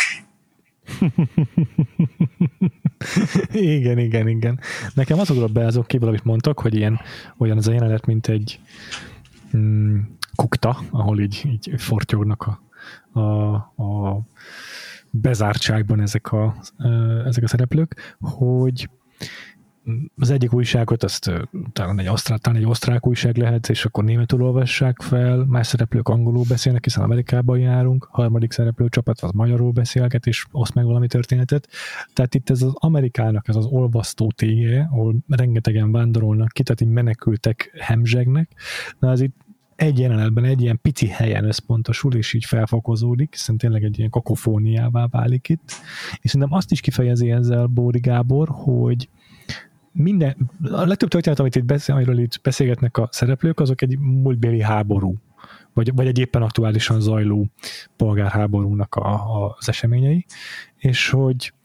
A: Igen, igen, igen. Nekem az ugrott be azok kívül, amit mondtak, hogy ilyen, olyan az a jelenet, mint egy mm, kukta, ahol így, így fortyognak a, a, a bezártságban ezek a, ezek a szereplők, hogy az egyik újságot, azt talán egy, osztrák, talán egy osztrák újság lehet, és akkor németül olvassák fel, más szereplők angolul beszélnek, hiszen Amerikában járunk, harmadik szereplő csapat az magyarul beszélget, és oszt meg valami történetet. Tehát itt ez az Amerikának, ez az olvasztó tége, ahol rengetegen vándorolnak ki, tehát így menekültek hemzsegnek, de az itt egy jelenetben, egy ilyen pici helyen összpontosul, és így felfokozódik, hiszen tényleg egy ilyen kakofóniává válik itt. És szerintem azt is kifejezi ezzel Bódi Gábor, hogy minden, a legtöbb történet, amit itt beszél, amiről itt beszélgetnek a szereplők, azok egy múltbéli háború, vagy, vagy egy éppen aktuálisan zajló polgárháborúnak a, a, az eseményei, és hogy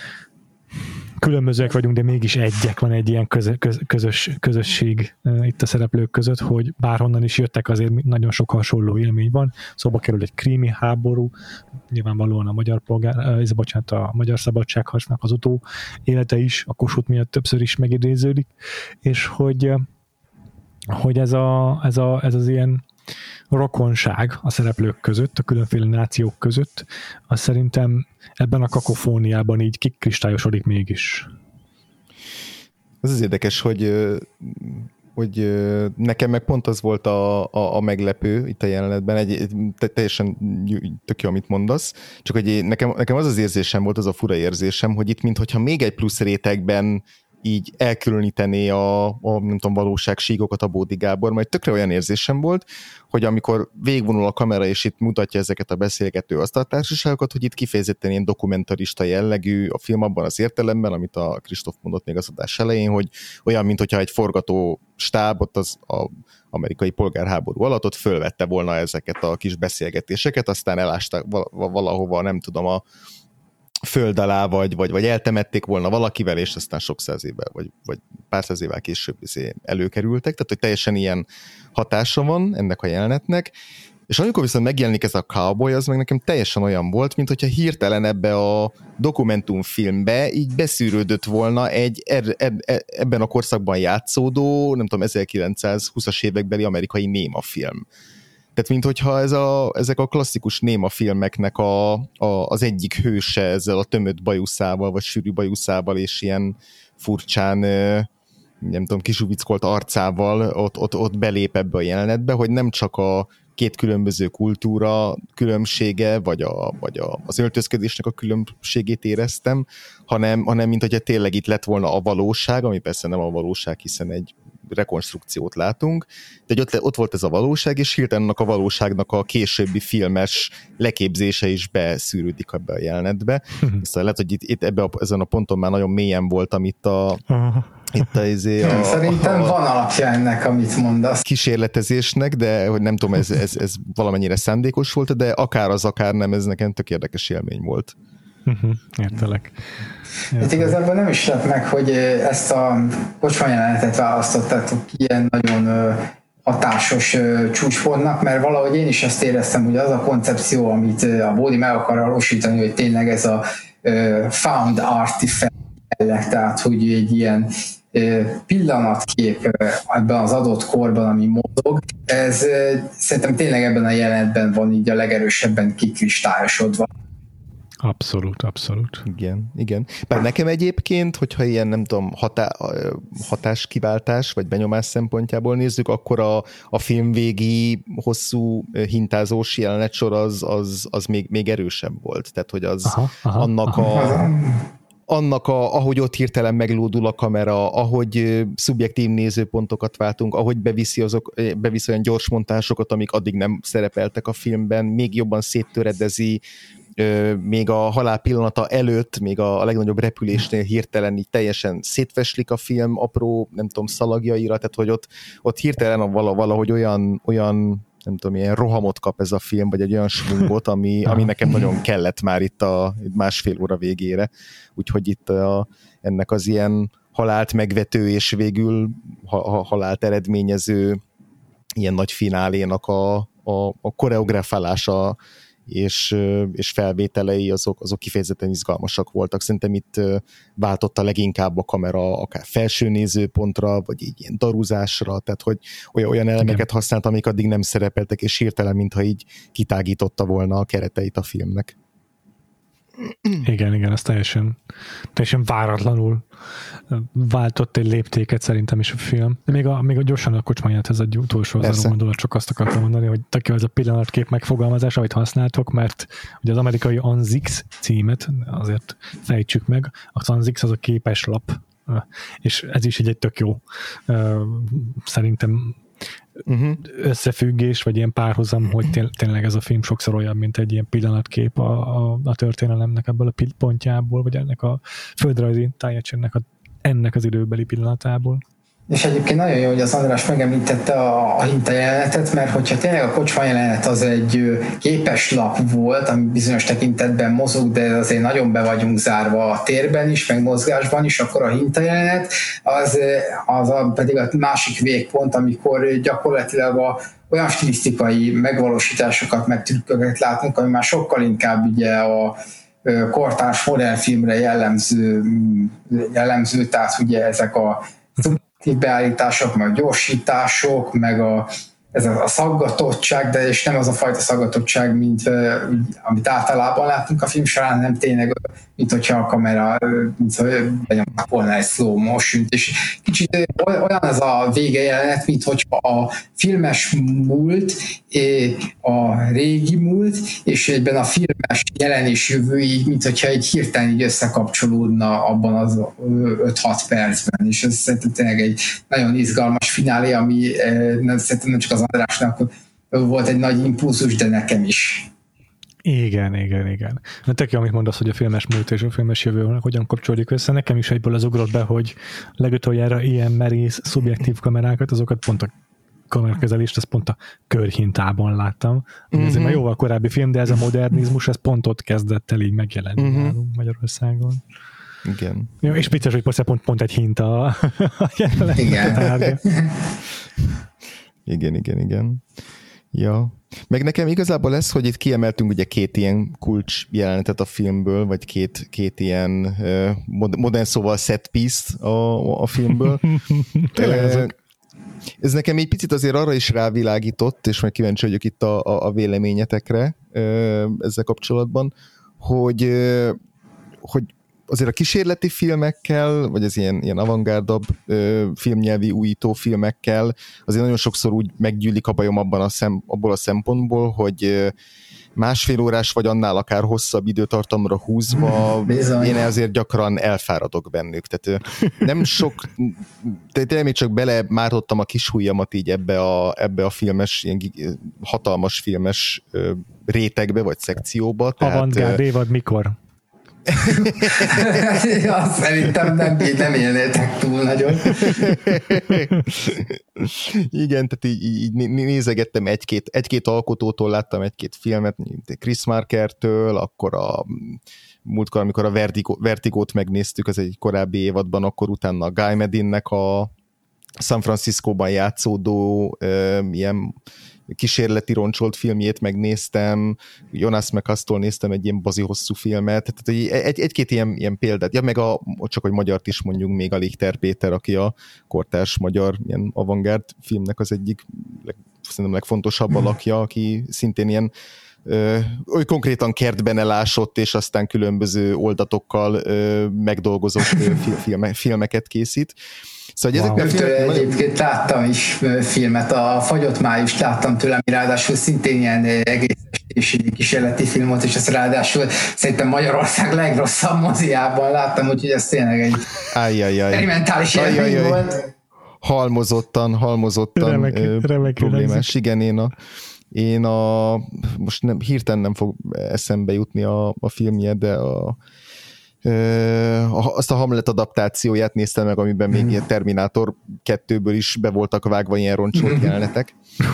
A: különbözőek vagyunk, de mégis egyek, van egy ilyen köz, köz, közös, közösség itt a szereplők között, hogy bárhonnan is jöttek, azért nagyon sok hasonló élmény van. Szóba kerül egy krími háború, nyilvánvalóan a magyar polgár, ez bocsánat, a magyar szabadságharcnak az utó élete is, a Kossuth miatt többször is megidéződik, és hogy, hogy ez, a, ez, a, ez az ilyen rokonság a szereplők között, a különféle nációk között, az szerintem ebben a kakofóniában így kikristályosodik mégis.
B: Ez az érdekes, hogy, hogy nekem meg pont az volt a, a, a meglepő itt a jelenetben, egy, teljesen tök jó, amit mondasz, csak hogy nekem, nekem az az érzésem volt, az a fura érzésem, hogy itt minthogyha még egy plusz rétegben így elkülönítené a, a nem tudom, valóságsíkokat a Bódi Gábor, majd tökre olyan érzésem volt, hogy amikor végvonul a kamera, és itt mutatja ezeket a beszélgető asztaltársaságokat, hogy itt kifejezetten ilyen dokumentarista jellegű a film abban az értelemben, amit a Kristóf mondott még az adás elején, hogy olyan, mintha egy forgató stáb ott az a amerikai polgárháború alatt ott fölvette volna ezeket a kis beszélgetéseket, aztán elásták valahova, nem tudom, a föld alá, vagy, vagy, vagy eltemették volna valakivel, és aztán sok száz évvel, vagy, vagy pár száz évvel később előkerültek, tehát hogy teljesen ilyen hatása van ennek a jelenetnek, és amikor viszont megjelenik ez a cowboy, az meg nekem teljesen olyan volt, mint hogyha hirtelen ebbe a dokumentumfilmbe így beszűrődött volna egy er, er, ebben a korszakban játszódó, nem tudom, ezerkilencszázhúszas évekbeli amerikai némafilm. Tehát minthogyha ez a, ezek a klasszikus néma filmeknek a, a, az egyik hőse ezzel a tömött bajuszával, vagy sűrű bajuszával, és ilyen furcsán, nem tudom, kisuvickolt arcával ott, ott, ott belép ebbe a jelenetbe, hogy nem csak a két különböző kultúra különbsége, vagy, a, vagy a, az öltözködésnek a különbségét éreztem, hanem, hanem mint hogyha tényleg itt lett volna a valóság, ami persze nem a valóság, hiszen egy rekonstrukciót látunk, de ott, ott volt ez a valóság, és hirtelen annak a valóságnak a későbbi filmes leképzése is beszűrődik ebbe a jelenetbe. Szóval lehet, hogy itt, itt ebbe a, ezen a ponton már nagyon mélyen voltam itt a Itt a, izé a,
C: Szerintem a, van alapja ennek, amit mondasz.
B: Kísérletezésnek, de hogy nem tudom, ez, ez, ez valamennyire szándékos volt, de akár az, akár nem, ez nekem tök érdekes élmény volt.
A: Uh-huh, értelek.
C: Itt igazából nem is lett meg, hogy ezt a kocsma jelenetet választottátok ilyen nagyon hatásos csúcspontnak, mert valahogy én is ezt éreztem, hogy az a koncepció, amit a Bódi meg akar valósítani, hogy tényleg ez a found artifact, tehát hogy egy ilyen pillanatkép ebben az adott korban, ami mozog, ez szerintem tényleg ebben a jelenetben van így a legerősebben kikristályosodva.
A: Abszolút, abszolút.
B: Igen, igen. Bár nekem egyébként, hogyha ilyen, nem tudom, hatá, hatáskiváltás, vagy benyomás szempontjából nézzük, akkor a, a filmvégi hosszú hintázós jelenetsor az, az, az még, még erősebb volt. Tehát, hogy az aha, aha, annak aha. a... annak, a, ahogy ott hirtelen meglódul a kamera, ahogy szubjektív nézőpontokat váltunk, ahogy beviszi, azok, beviszi olyan gyors montásokat, amik addig nem szerepeltek a filmben, még jobban széttöredezi, még a halál pillanata előtt, még a, a legnagyobb repülésnél hirtelen így teljesen szétfeslik a film apró, nem tudom, szalagjaira, tehát hogy ott, ott hirtelen valahogy olyan, olyan nem tudom, ilyen rohamot kap ez a film, vagy egy olyan svungot, ami, ami nekem nagyon kellett már itt a másfél óra végére. Úgyhogy itt a, ennek az ilyen halált megvető és végül ha, ha, halált eredményező ilyen nagy finálénak a, a, a koreografálása és, és felvételei azok, azok kifejezetten izgalmasak voltak. Szerintem itt váltotta leginkább a kamera akár felső nézőpontra, vagy így ilyen daruzásra, tehát hogy olyan, olyan elemeket igen. használt, amik addig nem szerepeltek, és hirtelen, mintha így kitágította volna a kereteit a filmnek.
A: Igen, igen, ez teljesen, teljesen váratlanul váltott egy léptéket szerintem is a film. De még a, még a gyorsan a kocsmányáthoz egy utolsó azon gondolat, csak azt akartam mondani, hogy tök jó ez a pillanatkép megfogalmazás, amit használtok, mert ugye az amerikai Anzix címet azért fejtsük meg, az Anzix az a képes lap, és ez is egy, egy tök jó szerintem Uh-huh. összefüggés, vagy ilyen párhuzam, hogy té- tényleg ez a film sokszor olyan, mint egy ilyen pillanatkép a, a, a történelemnek ebből a pontjából, vagy ennek a földrajzi tájegységnek a, ennek az időbeli pillanatából.
C: És egyébként nagyon jó, hogy az András megemlítette a, a hinta jelenetet, mert hogyha tényleg a kocsma jelenet az egy képes lap volt, ami bizonyos tekintetben mozog, de azért nagyon be vagyunk zárva a térben is, meg mozgásban is, akkor a hinta jelenet az, az a, pedig a másik végpont, amikor gyakorlatilag a, olyan stilisztikai megvalósításokat, meg trükköket látunk, ami már sokkal inkább ugye a kortárs modellfilmre jellemző, jellemző, tehát ugye ezek a beállítások, meg a gyorsítások, meg a, ez a, a szaggatottság, de és nem az a fajta szaggatottság, mint amit általában látunk a film során, nem tényleg, mint hogyha a kamera, mint benyomták volna egy slow motion, és kicsit olyan ez a vége jelenet, mint hogyha a filmes múlt, a régi múlt, és egyben a filmes jelen és jövő így, mint hogyha egy hirtelen így összekapcsolódna abban az öt-hat percben, és ez szerintem tényleg egy nagyon izgalmas finálé, ami nem, szerintem nem csak az Andrásnak volt egy nagy impulzus, de nekem is.
A: Igen, igen, igen. De tök jó, amit mondasz, hogy a filmes múlt és a filmes jövő hogyan kapcsolódik össze. Nekem is egyből az ugrott be, hogy legutoljára ilyen merész, szubjektív kamerákat, azokat pont a kamerakezelést, ezt pont a körhintában láttam. Mm-hmm. Ez egy jóval korábbi film, de ez a modernizmus, ez pont ott kezdett el így megjelenni mm-hmm. nálunk Magyarországon.
B: Igen.
A: Jó, és vicces, hogy persze pont, pont egy hinta a, a jelenet.
C: Igen.
B: Igen, igen, igen. Ja. Meg nekem igazából lesz, hogy itt kiemeltünk ugye két ilyen kulcs jelenetet a filmből, vagy két, két ilyen uh, modern szóval set piece a, a filmből. uh, ez nekem egy picit azért arra is rávilágított, és meg kíváncsi vagyok itt a, a, a véleményetekre uh, ezzel kapcsolatban, hogy, uh, hogy azért a kísérleti filmekkel, vagy az ilyen, ilyen avantgárdabb ö, filmnyelvi újító filmekkel azért nagyon sokszor úgy meggyűlik a bajom abban a szem, abból a szempontból, hogy, ö, másfél órás, vagy annál akár hosszabb időtartamra húzva,
C: Bizony.
B: én azért gyakran elfáradok bennük. Tehát nem sok, tehát még csak bele mártottam a kis hujjamat így ebbe a, ebbe a filmes, ilyen hatalmas filmes rétegbe, vagy szekcióba.
A: Avantgárd évad mikor?
C: Azt szerintem nem, nem élnétek túl nagyon.
B: Igen, tehát így, így nézegettem egy-két, egy-két alkotótól, láttam egy-két filmet, Chris Markertől, akkor a múltkor, amikor a Vertigo, Vertigót megnéztük, az egy korábbi évadban, akkor utána a Guy Medinnek a San Franciscóban játszódó uh, ilyen kísérleti roncsolt filmjét megnéztem, Jonas McCastól néztem egy ilyen bazi hosszú filmet, tehát egy, egy-két ilyen, ilyen példát, ja meg a, csak hogy magyart is mondjuk még a Lichter Péter, aki a kortárs magyar ilyen avantgárd filmnek az egyik leg, szerintem legfontosabb alakja, aki szintén ilyen ö, oly konkrétan kertben elásott, és aztán különböző oldatokkal ö, megdolgozott filme, filmeket készít. Szóval
C: wow. Ezek nem egyébként láttam is filmet, a Fagyott májust láttam tőlem, ráadásul szintén ilyen egész kísérleti film volt, és ezt ráadásul szerintem Magyarország legrosszabb moziában láttam, úgyhogy ez tényleg egy experimentális élmény volt.
B: Halmozottan, halmozottan remek, ö, remek problémás. Igen, én a, én a most nem, hirtelen nem fog eszembe jutni a, a filmje, de a azt a Hamlet adaptációját néztem meg, amiben még ilyen Terminátor kettőből is be voltak vágva ilyen roncsolt jelenetek.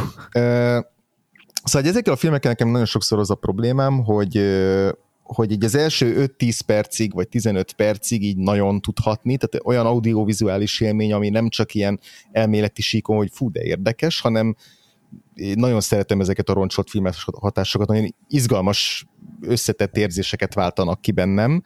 B: Szóval ezekkel a filmekkel nekem nagyon sokszor az a problémám, hogy, hogy így az első öt-tíz percig, vagy tizenöt percig így nagyon tudhatni, tehát olyan audiovizuális élmény, ami nem csak ilyen elméleti síkon, hogy fú, de érdekes, hanem én nagyon szeretem ezeket a roncsolt filmes hatásokat, nagyon izgalmas, összetett érzéseket váltanak ki bennem,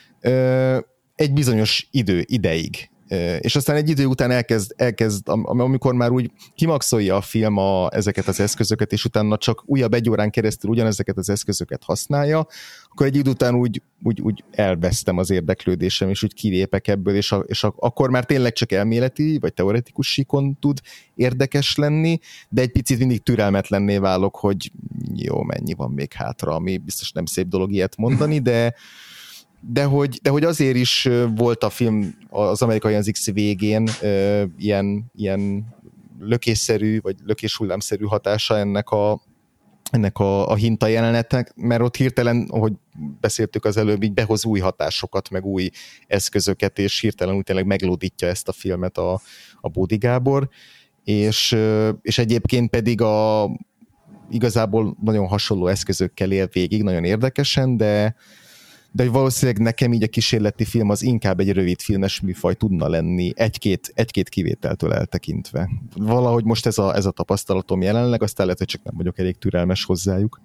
B: egy bizonyos idő, ideig. És aztán egy idő után elkezd, elkezd amikor már úgy kimaxolja a film a, ezeket az eszközöket, és utána csak újabb egy órán keresztül ugyanezeket az eszközöket használja, akkor egy idő után úgy, úgy, úgy elvesztem az érdeklődésem, és úgy kilépek ebből, és, a, és a, akkor már tényleg csak elméleti, vagy teoretikus síkon tud érdekes lenni, de egy picit mindig türelmetlenné válok, hogy jó, mennyi van még hátra, ami biztos nem szép dolog ilyet mondani, de De hogy, de hogy azért is volt a film az Amerikai az X végén uh, ilyen, ilyen lökésszerű, vagy lökéshullámszerű hatása ennek a, ennek a, a hinta jelenetnek, mert ott hirtelen, ahogy beszéltük az előbb, így behoz új hatásokat, meg új eszközöket, és hirtelen úgy tényleg meglódítja ezt a filmet a, a Bódi Gábor, és, és egyébként pedig a, igazából nagyon hasonló eszközökkel él végig, nagyon érdekesen, de de valószínűleg nekem így a kísérleti film az inkább egy rövid filmes műfaj tudna lenni, egy-két, egy-két kivételtől eltekintve. Valahogy most ez a, ez a tapasztalatom jelenleg, aztán lehet, hogy csak nem vagyok elég türelmes hozzájuk.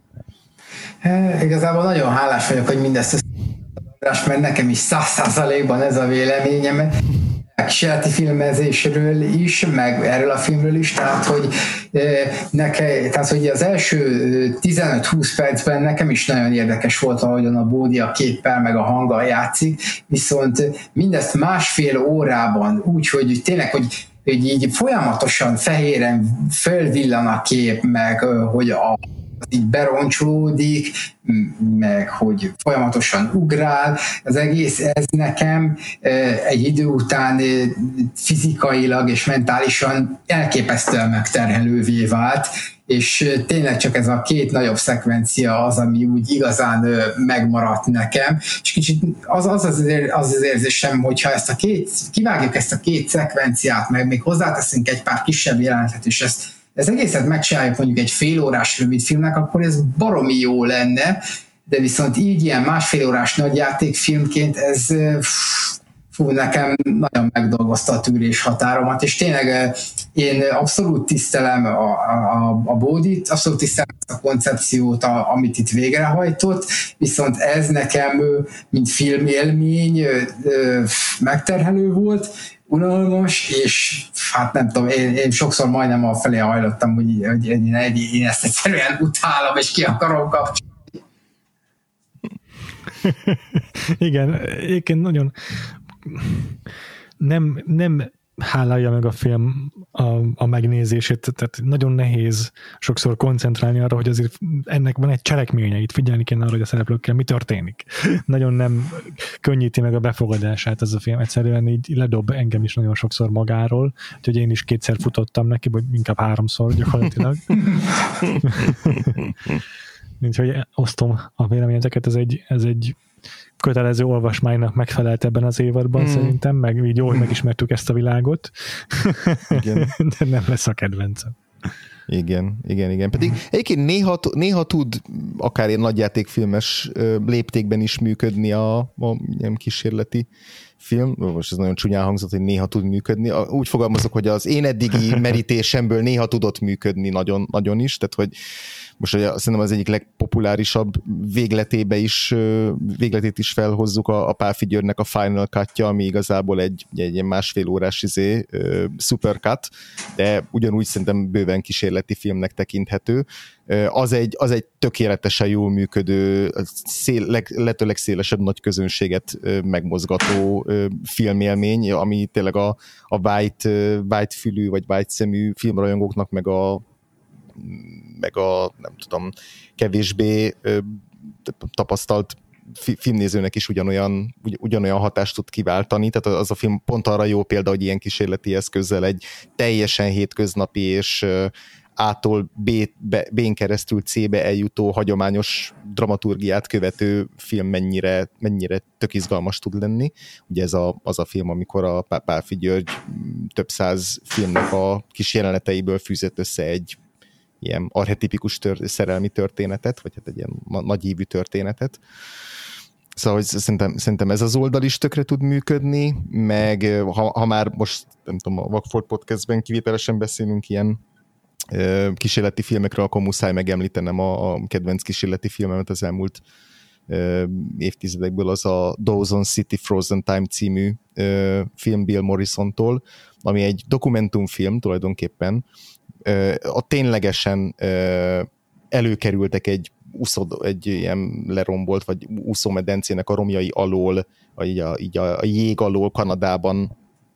C: E, igazából nagyon hálás vagyok, hogy mindezt ezt, mert nekem is száz százalékban ez a véleményem. Kísérleti filmezésről is, meg erről a filmről is, tehát hogy, neke, tehát, hogy az első tizenöt-húsz percben nekem is nagyon érdekes volt, ahogyan a Bódi a képpel, meg a hanggal játszik, viszont mindezt másfél órában, úgy, hogy tényleg, hogy, hogy így folyamatosan fehéren fölvillan a kép, meg hogy a így beroncsolódik, meg hogy folyamatosan ugrál, az egész ez nekem egy idő után fizikailag és mentálisan elképesztően megterhelővé vált, és tényleg csak ez a két nagyobb szekvencia az, ami úgy igazán megmaradt nekem, és kicsit az az, az, az, az érzésem, hogyha ezt a két, kivágjuk ezt a két szekvenciát, meg még hozzáteszünk egy pár kisebb jelenetet, és ezt ez egészet megcsináljuk mondjuk egy félórás rövid filmnek, akkor ez baromi jó lenne, de viszont így ilyen másfél órás nagyjátékfilmként ez fú, nekem nagyon megdolgozta a tűrés határomat, és tényleg én abszolút tisztelem a, a, a Bódit, abszolút tisztelem ezt a koncepciót, a, amit itt végrehajtott, viszont ez nekem, mint filmélmény megterhelő volt, unalmas, és hát nem tudom, én, én sokszor majdnem a felé hajlottam, hogy, hogy én, én ezt egyszerűen utálom, és ki akarom kapcsolni.
A: Igen, egyébként nagyon nem, nem hálálja meg a film a, a megnézését, tehát nagyon nehéz sokszor koncentrálni arra, hogy azért ennek van egy cselekménye, itt figyelni kéne arra, hogy a szereplőkkel mi történik. Nagyon nem könnyíti meg a befogadását ez a film, egyszerűen így ledob engem is nagyon sokszor magáról, úgyhogy én is kétszer futottam neki, vagy inkább háromszor gyakorlatilag. Úgyhogy osztom a véleményeteket, ez egy, ez egy kötelező olvasmánynak megfelelt ebben az évadban, mm. szerintem, meg így jó, hogy megismertük ezt a világot. Igen. De nem lesz a kedvencem.
B: Igen, igen, igen. Pedig egyébként néha, néha tud akár egy nagyjátékfilmes léptékben is működni a, a ilyen kísérleti film. Most ez nagyon csúnyán hangzott, hogy néha tud működni. Úgy fogalmazok, hogy az én eddigi merítésemből néha tudott működni nagyon, nagyon is, tehát hogy most ugye, szerintem az egyik legpopulárisabb végletébe is, végletét is felhozzuk a, a Pálffy Györgynek a Final Cut-ja, ami igazából egy, egy ilyen másfél órás izé, supercut, de ugyanúgy szerintem bőven kísérleti filmnek tekinthető. Az egy, az egy tökéletesen jól működő, szél, leg, lehetőleg szélesebb nagy közönséget megmozgató filmélmény, ami tényleg a, a white, white fülű vagy white szemű filmrajongóknak meg a meg a, nem tudom, kevésbé ö, tapasztalt filmnézőnek is ugyanolyan, ugy, ugyanolyan hatást tud kiváltani, tehát az a film pont arra jó példa, hogy ilyen kísérleti eszközzel egy teljesen hétköznapi és ö, A-tól B-n keresztül C-be eljutó hagyományos dramaturgiát követő film mennyire, mennyire tök izgalmas tud lenni. Ugye ez a, az a film, amikor a Pálffy György több száz filmnek a kis jeleneteiből fűzött össze egy ilyen archetipikus tör- szerelmi történetet, vagy hát egy ilyen nagyívű történetet. Szóval hogy szerintem, szerintem ez az oldal is tökre tud működni, meg ha, ha már most, nem tudom, a Vagfolt Podcastben kivételesen beszélünk ilyen ö, kísérleti filmekről, akkor muszáj megemlítenem a, a kedvenc kísérleti filmemet az elmúlt ö, évtizedekből, az a Dawson City Frozen Time című ö, film Bill Morrisontól, ami egy dokumentumfilm tulajdonképpen. A ténylegesen előkerültek egy, úszod, egy ilyen lerombolt, vagy úszómedencének a romjai alól, így a, így a, a jég alól Kanadában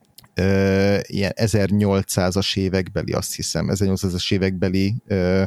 B: ilyen ezernyolcszázas évekbeli, azt hiszem, ezernyolcszázas évekbeli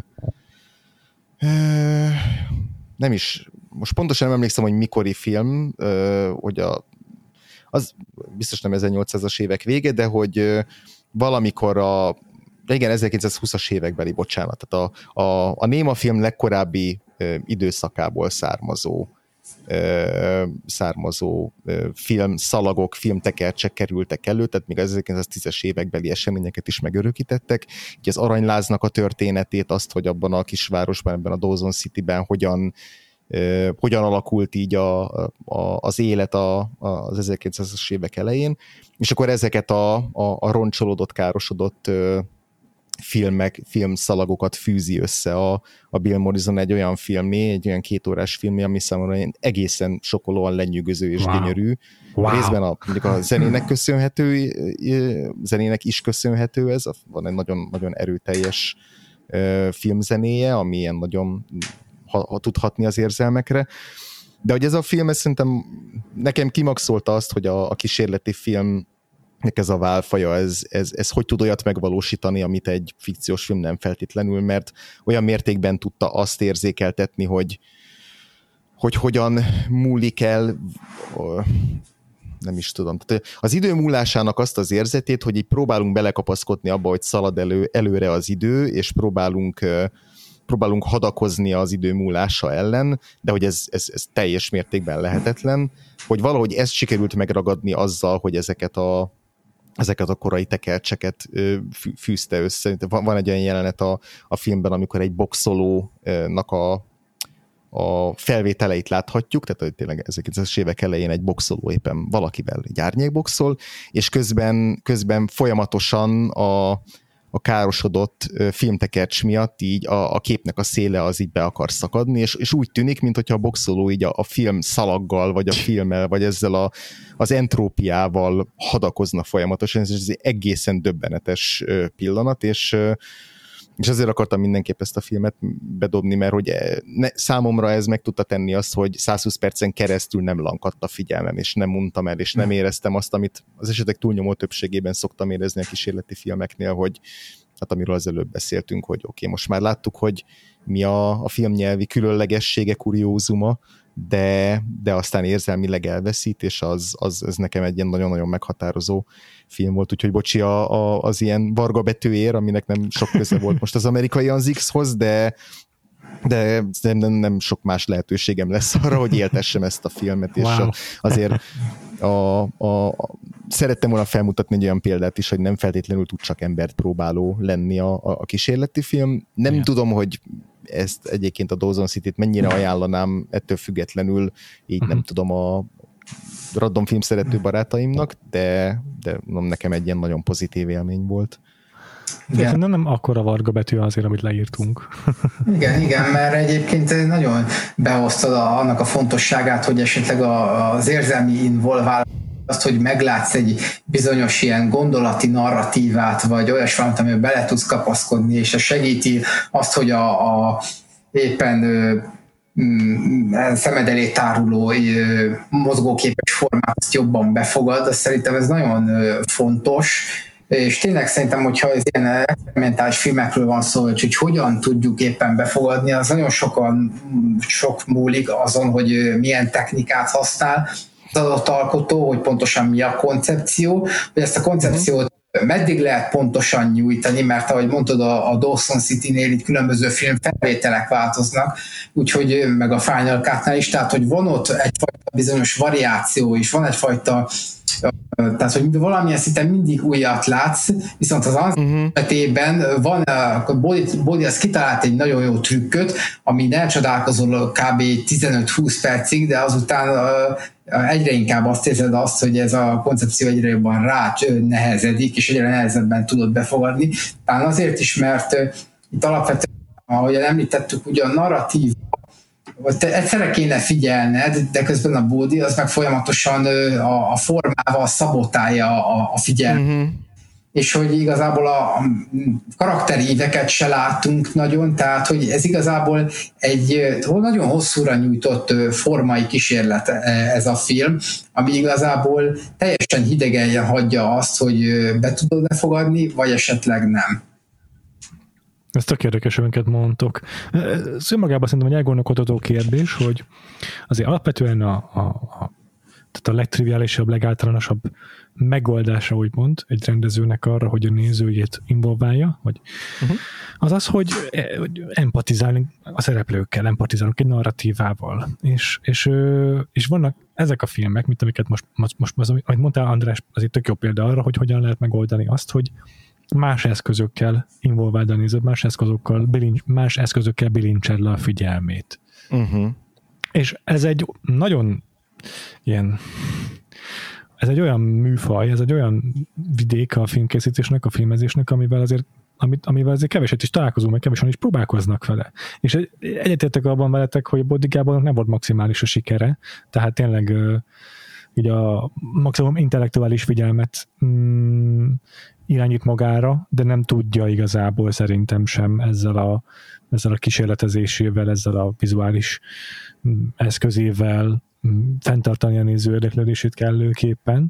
B: nem is, most pontosan nem emlékszem, hogy mikori film, hogy a, az biztos nem ezernyolcszázas évek vége, de hogy valamikor a de igen, ezerkilencszázhúszas évekbeli, bocsánat. Tehát a, a, a Néma film legkorábbi ö, időszakából származó, ö, származó ö, filmszalagok, filmtekercsek kerültek elő, tehát még az ezerkilencszáztízes évekbeli eseményeket is megörökítettek. Így az Aranyláznak a történetét, azt, hogy abban a kisvárosban, ebben a Dawson Cityben hogyan, ö, hogyan alakult így a, a, az élet a, a, az ezerkilencszázas évek elején, és akkor ezeket a, a, a roncsolódott, károsodott ö, filmek, filmszalagokat fűzi össze a, a Bill Morrison egy olyan filmé, egy olyan kétórás filmé, ami számomra egészen sokkolóan lenyűgöző és wow. gyönyörű. Wow. Részben a, mondjuk a zenének köszönhető, zenének is köszönhető ez, van egy nagyon, nagyon erőteljes uh, filmzenéje, ami ilyen nagyon ha, ha tudhatni az érzelmekre. De hogy ez a film, ez szerintem nekem kimaxolta azt, hogy a, a kísérleti film ez a válfaja, ez, ez, ez hogy tud olyat megvalósítani, amit egy fikciós film nem feltétlenül, mert olyan mértékben tudta azt érzékeltetni, hogy, hogy hogyan múlik el, nem is tudom. Tehát az idő múlásának azt az érzetét, hogy így próbálunk belekapaszkodni abba, hogy szalad elő, előre az idő, és próbálunk, próbálunk hadakozni az idő múlása ellen, de hogy ez, ez, ez teljes mértékben lehetetlen, hogy valahogy ezt sikerült megragadni azzal, hogy ezeket a ezeket a korai tekercseket fűzte össze. Van, van egy olyan jelenet a, a filmben, amikor egy boxolónak a, a felvételeit láthatjuk, tehát hogy tényleg ezerkilencszázas évek elején egy boxoló éppen valakivel egy árnyékboxol, és közben, közben folyamatosan a, a károsodott filmtekercs miatt így a, a képnek a széle az így be akar szakadni, és, és úgy tűnik, mintha a boxoló így a, a film szalaggal, vagy a filmmel, vagy ezzel a, az entrópiával hadakozna folyamatosan, ez egy egészen döbbenetes pillanat, és És azért akartam mindenképp ezt a filmet bedobni, mert hogy ne, számomra ez meg tudta tenni azt, hogy száz húsz percen keresztül nem lankadt a figyelmem, és nem untam el, és nem éreztem azt, amit az esetek túlnyomó többségében szoktam érezni a kísérleti filmeknél, hogy hát amiről az előbb beszéltünk, hogy oké, okay, most már láttuk, hogy mi a, a filmnyelvi különlegessége, kuriózuma, de, de aztán érzelmileg elveszít, és az, az, ez nekem egy ilyen nagyon-nagyon meghatározó film volt, úgyhogy bocsi a, a, az ilyen varga betűér, aminek nem sok köze volt most az amerikai Anzixhoz, de de nem, nem sok más lehetőségem lesz arra, hogy éltessem ezt a filmet, wow. És a, azért a, a, a, szerettem volna felmutatni egy olyan példát is, hogy nem feltétlenül tud csak embert próbáló lenni a, a kísérleti film. Nem yeah. tudom, hogy ezt egyébként a Dawson City-t mennyire ajánlanám ettől függetlenül, így uh-huh. nem tudom a random film szerető barátaimnak, de, de nekem egy ilyen nagyon pozitív élmény volt.
A: Igen. Nem, nem akkora varga betű azért, amit leírtunk.
C: Igen, igen, mert egyébként nagyon behoztad a, annak a fontosságát, hogy esetleg a, az érzelmi involvál azt, hogy meglátsz egy bizonyos ilyen gondolati narratívát, vagy olyasmit, amiben bele tudsz kapaszkodni, és ez segíti azt, hogy a, a éppen ö, m, szemed elé táruló ö, mozgóképes formát azt jobban befogad. Azt szerintem ez nagyon ö, fontos, és tényleg szerintem, hogyha ez ilyen experimentális filmekről van szó, hogy hogyan tudjuk éppen befogadni, az nagyon sokan, sok múlik azon, hogy milyen technikát használ az adott alkotó, hogy pontosan mi a koncepció, hogy ezt a koncepciót meddig lehet pontosan nyújtani, mert ahogy mondtad, a, a Dawson City-nél itt különböző filmfelvételek változnak, úgyhogy meg a Final Cut-nál is, tehát hogy van ott egyfajta bizonyos variáció is, van egyfajta, tehát hogy valamilyen szinten mindig újat látsz, viszont az az esetében uh-huh. van, a Body, Body az kitalált egy nagyon jó trükköt, ami elcsodálkozol kb. tizenöt-húsz percig, de azután egyre inkább azt érzed azt, hogy ez a koncepció egyre jobban rá nehezedik, és egyre nehezebben tudod befogadni. Talán azért is, mert itt alapvetően, ahogyan említettük, ugye a narratív, vagy te egyszerre kéne figyelned, de közben a Body az meg folyamatosan a, a formával szabotálja a, a figyelmet. Uh-huh. És hogy igazából a, a karakteríveket se látunk nagyon, tehát hogy ez igazából egy nagyon hosszúra nyújtott formai kísérlet ez a film, ami igazából teljesen hidegen hagyja azt, hogy be tudod-e fogadni, vagy esetleg nem.
A: Ez tök érdekes, amiket mondtok. Ez önmagában szerintem egy elgondolkodható kérdés, hogy azért alapvetően a, a, a, tehát a legtriviálisabb, legáltalánosabb megoldása, úgymond, egy rendezőnek arra, hogy a nézőjét involválja, vagy uh-huh. az az, hogy, hogy empatizálni a szereplőkkel, empatizálunk egy narratívával. És, és, és vannak ezek a filmek, mint amiket most, most, most amit mondtál, András, az egy tök jó példa arra, hogy hogyan lehet megoldani azt, hogy más eszközökkel involváld a nézőt, más eszközökkel, bilincs, más eszközökkel bilincsed le a figyelmét. Uh-huh. És ez egy nagyon ilyen, ez egy olyan műfaj, ez egy olyan vidék a filmkészítésnek, a filmezésnek, amivel azért, amit, amivel azért keveset is találkozunk, meg kevesen is próbálkoznak vele. És egyetértek abban veletek, hogy a Body Gábornak nem volt maximális a sikere, tehát tényleg így a maximum intellektuális figyelmet mm, irányít magára, de nem tudja igazából szerintem sem ezzel a, ezzel a kísérletezésével, ezzel a vizuális eszközével fenntartani a néző érdeklődését kellőképpen.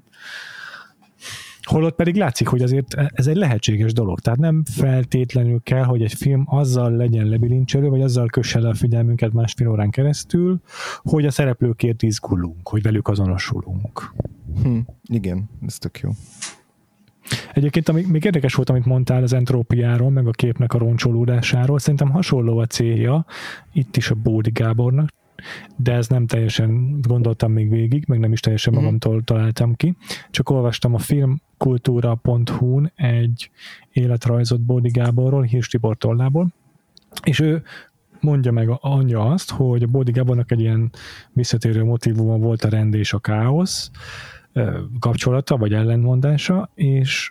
A: Holott pedig látszik, hogy azért ez egy lehetséges dolog. Tehát nem feltétlenül kell, hogy egy film azzal legyen lebilincselő, vagy azzal kösse le a figyelmünket másfél órán keresztül, hogy a szereplőkért izgulunk, hogy velük azonosulunk.
B: Hm, igen, ez tök jó.
A: Egyébként ami, még érdekes volt, amit mondtál az entrópiáról, meg a képnek a roncsolódásáról. Szerintem hasonló a célja itt is a Bódi Gábornak, de ez nem teljesen gondoltam még végig, meg nem is teljesen mm-hmm. magamtól találtam ki. Csak olvastam a filmkultúra pont hu-n egy életrajzot Bódi Gáborról, Hirsch Tibor tollából, és ő mondja meg anyja azt, hogy a Bódi Gábornak egy ilyen visszatérő motívuma volt a rend és a káosz kapcsolata, vagy ellentmondása, és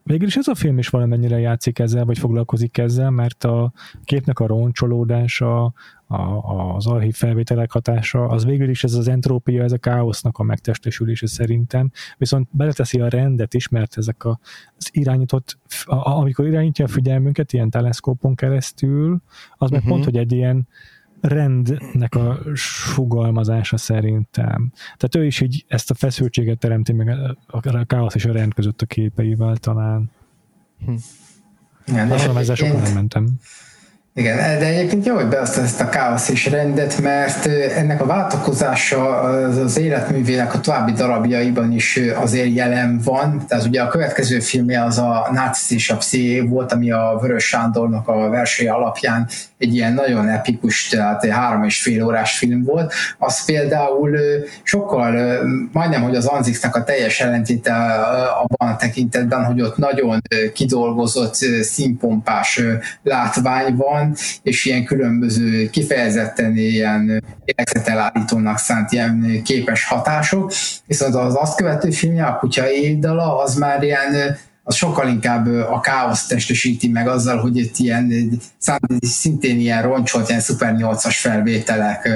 A: végül is ez a film is valamennyire játszik ezzel, vagy foglalkozik ezzel, mert a képnek a roncsolódása, a, az archív felvételek hatása, az végül is ez az entrópia, ez a káosznak a megtestesülése szerintem, viszont beleteszi a rendet is, mert ezek a, az irányított, a, amikor irányítja a figyelmünket ilyen teleszkópon keresztül, az meg uh-huh. pont, hogy egy ilyen rendnek a sugalmazása szerintem. Tehát ő is így ezt a feszültséget teremti meg a káosz és a rend között a képeivel talán. Hm. Igen, Azt mondom, ezzel sokan nem mentem.
C: Igen, de egyébként jó, hogy beosztod ezt a káosz és rendet, mert ennek a váltakozása az, az életművének a további darabjaiban is azért jelen van. Tehát ugye a következő filmje az a Náci és a Psziché volt, ami a Vörös Sándornak a versenye alapján egy ilyen nagyon epikus, tehát egy három és fél órás film volt. Az például sokkal, majdnem, hogy az Anzixnak a teljes ellentéte abban a tekintetben, hogy ott nagyon kidolgozott, színpompás látvány van, és ilyen különböző kifejezetten ilyen élegzetelállítónak szánt ilyen képes hatások, viszont az azt követő filmje, a Kutya éjdala, az már ilyen, az sokkal inkább a káoszt testesíti meg azzal, hogy itt ilyen szintén ilyen roncsolt, ilyen szuper nyolcas felvételek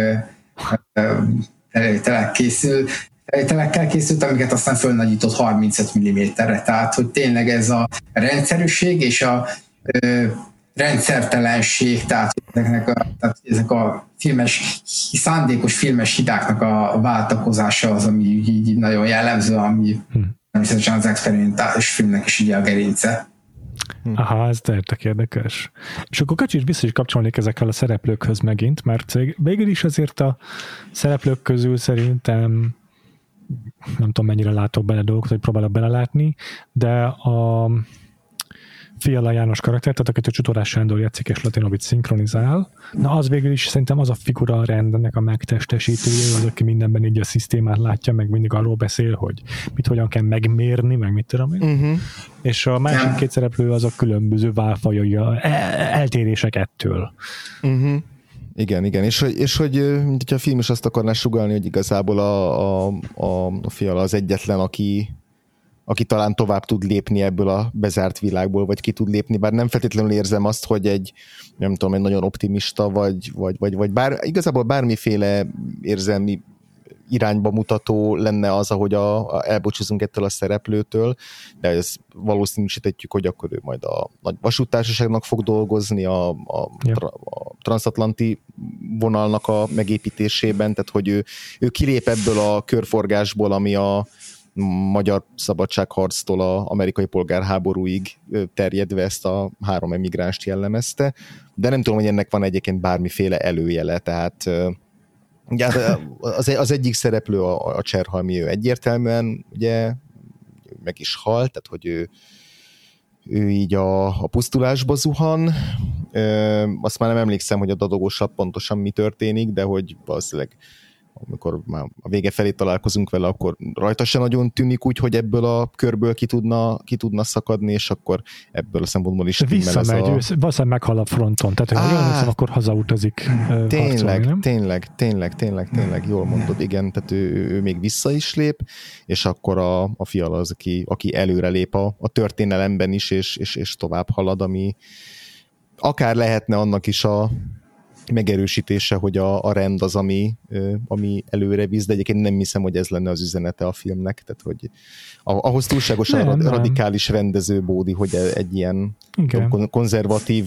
C: felvételek készül, felvételekkel készült, amiket aztán fölnagyított harmincöt milliméterre. Tehát, hogy tényleg ez a rendszerűség és a rendszertelenség, tehát ezeknek a, tehát ezek a filmes, szándékos filmes hibáknak a váltakozása az, ami így nagyon jellemző, ami hmm. természetesen az experimentális filmnek is ugye a gerince.
A: Aha, ez tényleg érdekes. És akkor kicsit vissza is kapcsolnék ezekkel a szereplőkhöz megint, mert végül is azért a szereplők közül szerintem nem tudom mennyire látok bele dolgokat, hogy próbálok belelátni, de a Fiala János karakter, tehát akit a Csutorás Sándor játszik és Latinovic szinkronizál. Na az végül is szerintem az a figura a rendnek a megtestesítője, az, aki mindenben így a szisztémát látja, meg mindig arról beszél, hogy mit hogyan kell megmérni, meg mit tudom én. Uh-huh. És a másik két szereplő az a különböző válfajai, eltérések ettől.
B: Uh-huh. Igen, igen, és hogy, és hogy mint hogyha a film is azt akarná sugallni, hogy igazából a, a, a, a Fiala az egyetlen, aki aki talán tovább tud lépni ebből a bezárt világból, vagy ki tud lépni, bár nem feltétlenül érzem azt, hogy egy, nem tudom, egy nagyon optimista, vagy, vagy, vagy, vagy bár, igazából bármiféle érzelmi irányba mutató lenne az, ahogy a, a elbúcsúzunk ettől a szereplőtől, de ezt valószínűsítetjük, hogy akkor ő majd a nagy vasúttársaságnak fog dolgozni, a, a, ja. tra, a transatlanti vonalnak a megépítésében, tehát hogy ő, ő kilép ebből a körforgásból, ami a magyar szabadságharctól az amerikai polgárháborúig terjedve ezt a három emigránst jellemezte, de nem tudom, hogy ennek van egyébként bármiféle előjele, tehát ugye az, az egyik szereplő a, a Cserhalmi, ő egyértelműen ugye meg is halt, tehát hogy ő, ő így a, a pusztulásba zuhan, Ö, azt már nem emlékszem, hogy a dadogósabb pontosan mi történik, de hogy valószínűleg amikor már a vége felé találkozunk vele, akkor rajta se nagyon tűnik úgy, hogy ebből a körből ki tudna, ki tudna szakadni, és akkor ebből a szempontból is
A: visszamegy, ez a... valószínűleg meghal a fronton, tehát ha jól hiszem, akkor hazautazik
B: tényleg,
A: harcolni,
B: tényleg, tényleg, tényleg, tényleg, jól mondod, igen, tehát ő, ő még vissza is lép, és akkor a, a Fiala az, aki, aki előre lép a, a történelemben is, és, és, és tovább halad, ami akár lehetne annak is a megerősítése, hogy a, a rend az, ami, ami előre visz, de egyébként nem hiszem, hogy ez lenne az üzenete a filmnek, tehát hogy ahhoz túlságosan nem, radikális nem. rendező Bódi, hogy egy ilyen kon- konzervatív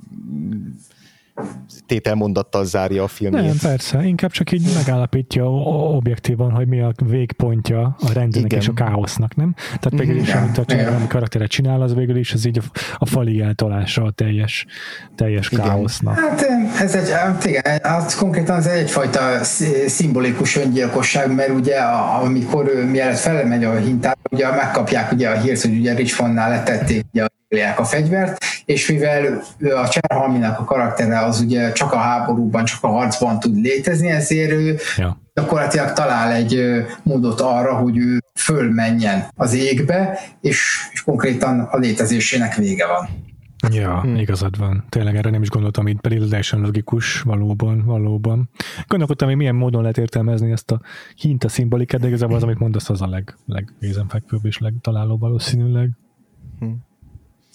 B: tételmondattal zárja a filmjét.
A: Nem, persze, inkább csak így megállapítja objektívan, hogy mi a végpontja a rendnek és a káosznak, nem? Tehát végül is, amit a csinál, ami karakteret csinál, az végül is az így a, a fali eltolása a teljes, teljes káosznak.
C: Hát ez egy, igen, az konkrétan ez egyfajta szimbolikus öngyilkosság, mert ugye amikor ő mielőtt felemegy a hintára, ugye megkapják ugye a hírt, hogy ugye Richmondnál letették ugye a fegyvert, és mivel a Cserhalminak a karaktere az ugye csak a háborúban, csak a harcban tud létezni, ezért ő ja. gyakorlatilag talál egy módot arra, hogy ő fölmenjen az égbe, és, és konkrétan a létezésének vége van.
A: Ja, hmm. igazad van. Tényleg erre nem is gondoltam, itt pedig teljesen logikus, valóban, valóban. Gondolkodtam, hogy milyen módon lehet értelmezni ezt a hinta szimbolikát, de igazából az, amit mondasz, az a leg, legkézenfekvőbb és legtalálóbb valószínűleg.
B: Hmm.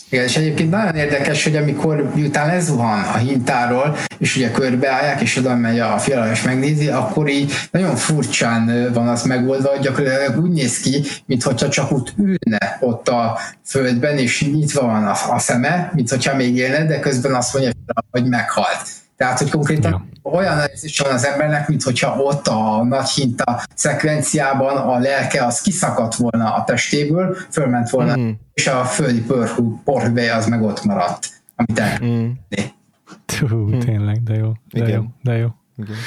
C: Igen, és egyébként nagyon érdekes, hogy amikor miután lezuhan a hintáról, és ugye körbeállják, és oda megy a fiala, és megnézi, akkor így nagyon furcsán van az megoldva, hogy gyakorlatilag úgy néz ki, mintha csak úgy ülne ott a földben, és nyitva van a, a szeme, mintha még élne, de közben azt mondja, hogy meghalt. Tehát, hogy konkrétan ja. olyan érzés van az embernek, mintha ott a nagy hinta szekvenciában a lelke az kiszakadt volna a testéből, fölment volna, mm. és a földi porhüvely az meg ott maradt, amit elkezdeni.
A: Mm. Mm. Tényleg, de jó. De
B: Igen.
A: jó, de jó.
B: Igen.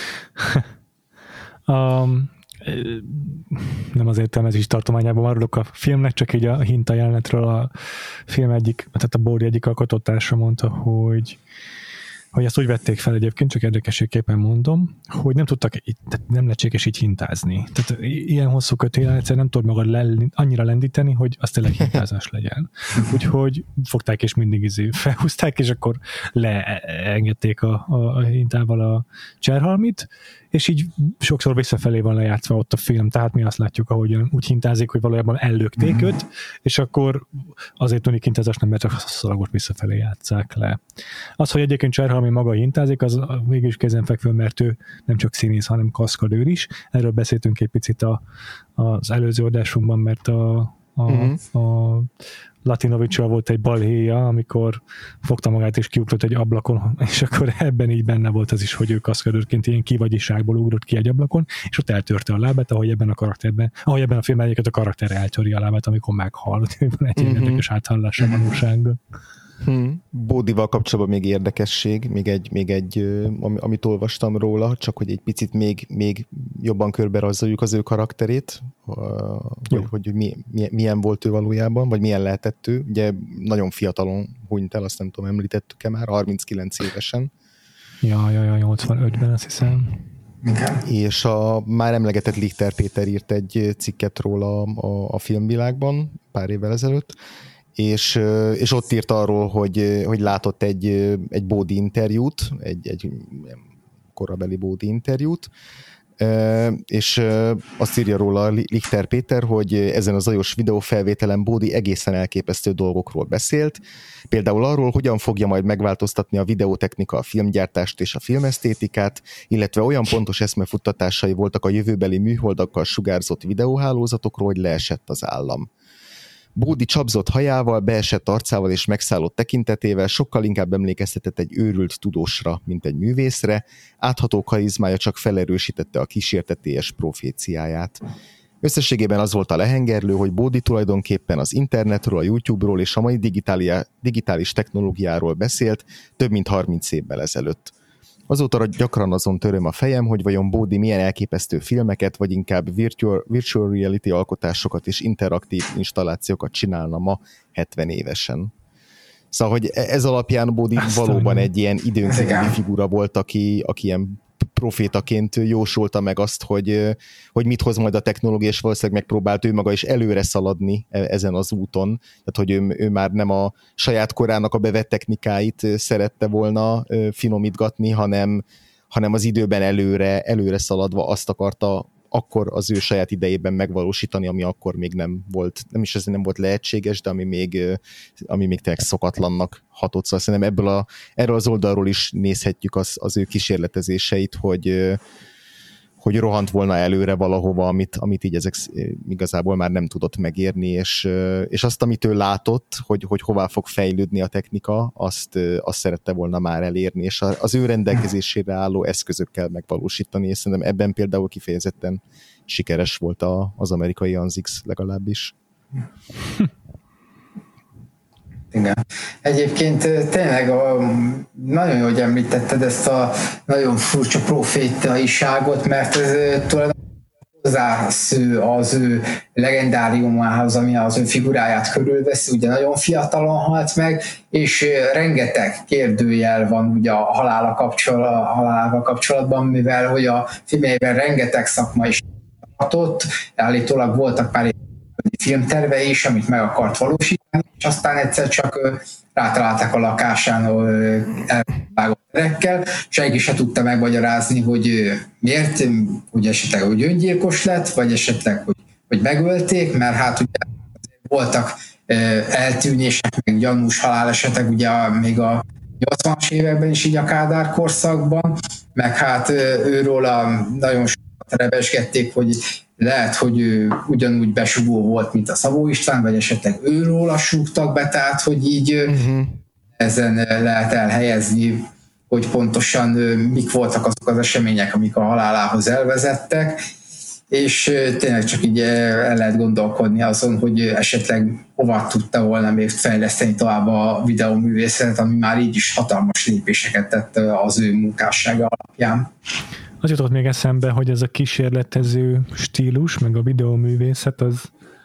A: um, nem az értelmezés tartományában maradok a filmnek, csak így a hinta jelenetről a film egyik, tehát a Bódi egyik alkotótársa mondta, hogy hogy ezt úgy vették fel egyébként, csak érdekességképpen mondom, hogy nem tudtak, tehát nem lehetséges így hintázni. Tehát ilyen hosszú kötélen egyszerűen nem tudod magad lelni, annyira lendíteni, hogy az tényleg hintázás legyen. Úgyhogy fogták és mindig izé felhúzták, és akkor leengedték a, a, a hintával a Cserhalmit, és így sokszor visszafelé van lejátszva ott a film, tehát mi azt látjuk, ahogy úgy hintázik, hogy valójában ellökték mm-hmm. őt, és akkor azért tűnik hintázás nem, mert csak a szalagot visszafelé játsszák le. Az, hogy egyébként Cserhalmi maga hintázik, az mégis kézenfekvő, mert ő nem csak színész, hanem kaszkadőr is. Erről beszéltünk egy picit a, az előző adásunkban, mert a, a, mm-hmm. a Latinovicsal volt egy balhéja, amikor fogta magát és kiugrott egy ablakon, és akkor ebben így benne volt az is, hogy ő kaszkadőrként ilyen kivagyiságból ugrott ki egy ablakon, és ott eltörte a lábát, ahogy ebben a karakterben, ahogy ebben a filmben egyébként a karakter eltöri a lábát, amikor meghal. Van egy mm-hmm. érdekes áthallása a valósággal.
B: Hmm. Bódival kapcsolatban még érdekesség, még egy, még egy amit olvastam róla, csak hogy egy picit még, még jobban körbe rajzoljuk az ő karakterét, hogy, hogy mi, milyen volt ő valójában, vagy milyen lehetett ő. Ugye nagyon fiatalon hunyt el, azt nem tudom, említettük-e már, harminckilenc évesen.
A: Ja, ja, ja, nyolcvanötben azt hiszem.
B: És a már emlegetett Lichter Péter írt egy cikket róla a, a filmvilágban pár évvel ezelőtt, És, és ott írt arról, hogy, hogy látott egy, egy Bódi interjút, egy, egy korabeli Bódi interjút, és azt írja róla Lichter Péter, hogy ezen a zajos videófelvételen Bódi egészen elképesztő dolgokról beszélt, például arról, hogyan fogja majd megváltoztatni a videótechnika a filmgyártást és a filmesztétikát, illetve olyan pontos eszmefuttatásai voltak a jövőbeli műholdakkal sugárzott videóhálózatokról, hogy leesett az állam. Bódi csapzott hajával, beesett arcával és megszállott tekintetével sokkal inkább emlékeztetett egy őrült tudósra, mint egy művészre, átható karizmája csak felerősítette a kísértetélyes proféciáját. Összességében az volt a lehengerlő, hogy Bódi tulajdonképpen az internetről, a YouTube-ról és a mai digitális technológiáról beszélt több mint harminc évvel ezelőtt. Azóta gyakran azon töröm a fejem, hogy vajon Bódi milyen elképesztő filmeket, vagy inkább virtual, virtual reality alkotásokat és interaktív installációkat csinálna ma hetven évesen. Szóval, hogy ez alapján Bódi Aztán valóban egy ilyen időnkívüli figura volt, aki, aki ilyen profétaként jósolta meg azt, hogy, hogy mit hoz majd a technológia, és valószínűleg megpróbált ő maga is előre szaladni ezen az úton. Tehát, hogy ő, ő már nem a saját korának a bevett technikáit szerette volna finomítgatni, hanem, hanem az időben előre, előre szaladva azt akarta akkor az ő saját idejében megvalósítani, ami akkor még nem volt, nem is azért nem volt lehetséges, de ami még, ami még tényleg szokatlannak hatott. Szóval szerintem ebből a, erről az oldalról is nézhetjük az, az ő kísérletezéseit, hogy, hogy rohant volna előre valahova, amit, amit így ezek igazából már nem tudott megérni, és, és azt, amit ő látott, hogy, hogy hová fog fejlődni a technika, azt, azt szerette volna már elérni, és az ő rendelkezésére álló eszközökkel megvalósítani, és szerintem ebben például kifejezetten sikeres volt a, az amerikai Anzix legalábbis.
C: Igen. Egyébként tényleg a, nagyon jó, hogy említetted ezt a nagyon furcsa profétaiságot, mert ez tulajdonképpen hozzásző az ő legendáriumához, ami az ő figuráját körülveszi, ugye nagyon fiatalon halt meg, és rengeteg kérdőjel van ugye a halála kapcsolat, a halálával kapcsolatban, mivel hogy a filmjében rengeteg szakma is tartott, állítólag voltak már filmterve is, amit meg akart valósítani, és aztán egyszer csak rátalálták a lakásán elvágott terekkel, senki se tudta megmagyarázni, hogy miért, hogy esetleg hogy öngyilkos lett, vagy esetleg, hogy, hogy megölték, mert hát ugye voltak eltűnések, meg gyanús halálesetek, ugye még a nyolcvanas években is így a Kádár korszakban, meg hát őróla nagyon sokat rebesgették, hogy lehet, hogy ő ugyanúgy besugó volt, mint a Szabó István, vagy esetleg őróla súgtak be, tehát hogy így uh-huh. ezen lehet elhelyezni, hogy pontosan mik voltak azok az események, amik a halálához elvezettek, és tényleg csak így el lehet gondolkodni azon, hogy esetleg hova tudta volna még fejleszteni tovább a videóművészetet, ami már így is hatalmas lépéseket tett az ő munkássága alapján.
A: Az jutott még eszembe, hogy ez a kísérletező stílus, meg a videóművészet, az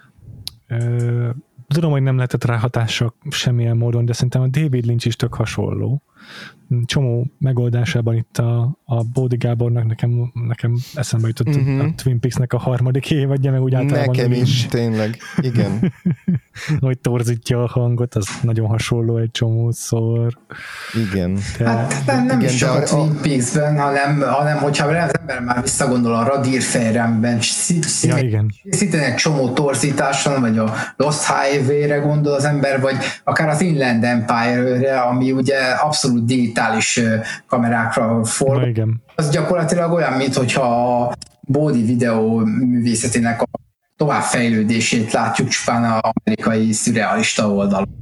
A: ö, tudom, hogy nem lehetett rá hatása semmilyen módon, de szerintem a David Lynch is tök hasonló. Csomó megoldásában itt a, a Bódi Gábornak nekem, nekem eszembe jutott uh-huh. a Twin Peaksnek a harmadik évadja, meg úgy általában.
B: Nekem is, tényleg, igen.
A: Hogy torzítja a hangot, az nagyon hasonló egy csomószor.
B: Igen.
C: De, hát nem, nem igen, is csak a, a Twin Peaksben, hanem, hanem hogyha az ember már visszagondol a Radír Fejremben, szinte egy csomó torzításon, vagy a Lost Highway-re gondol az ember, vagy akár az Inland Empire-re, ami ugye abszolút digitális kamerákra forog. Az gyakorlatilag olyan, mintha a Bódi videó művészetének a továbbfejlődését látjuk csupán az amerikai szürrealista oldalon.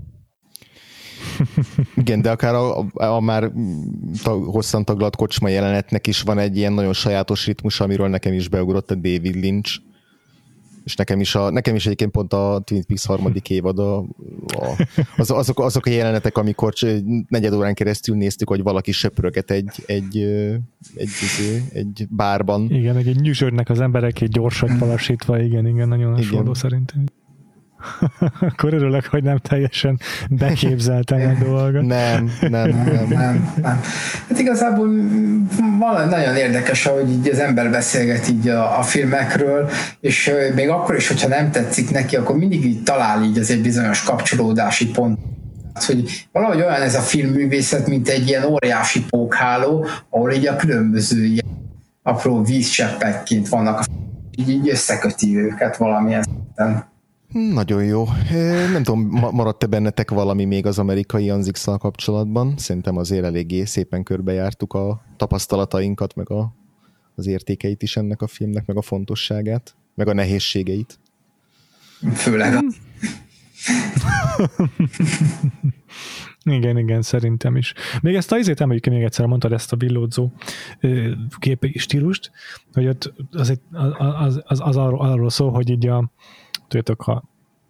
B: Igen, de akár a, a, a már tag, hosszan taglalt kocsma jelenetnek is van egy ilyen nagyon sajátos ritmus, amiről nekem is beugrott a David Lynch. És nekem is, a, nekem is egyébként pont a Twin Peaks harmadik évad, a, a, az, azok, azok a jelenetek, amikor negyed órán keresztül néztük, hogy valaki söpröget egy, egy, egy, egy, egy bárban.
A: Igen, egy nyüzsörnek az emberek egy gyorsan palasítva, igen, igen, nagyon hasonló szerintem. Akkor örülök, hogy nem teljesen beképzeltem a dolgot.
B: Nem, nem, nem,
C: nem, nem, nem. Hát igazából valami nagyon érdekes, ahogy így az ember beszélget így a, a filmekről, és még akkor is, hogyha nem tetszik neki, akkor mindig így talál így azért bizonyos kapcsolódási pont. Hogy valahogy olyan ez a filmművészet, mint egy ilyen óriási pókháló, ahol így a különböző ilyen apró vízcseppekként vannak, így, így összeköti őket valamilyen szinten.
B: Nagyon jó. Nem tudom, maradt-e bennetek valami még az amerikai Anzikszal kapcsolatban? Szerintem azért eléggé szépen körbejártuk a tapasztalatainkat, meg a, az értékeit is ennek a filmnek, meg a fontosságát, meg a nehézségeit.
C: Főleg.
A: Igen, igen, szerintem is. Még ezt azért emeljük ki, még egyszer mondtad ezt a villódzó képi stílust, hogy ott az, egy, az, az, az arról, arról szól, hogy így a tudjátok, a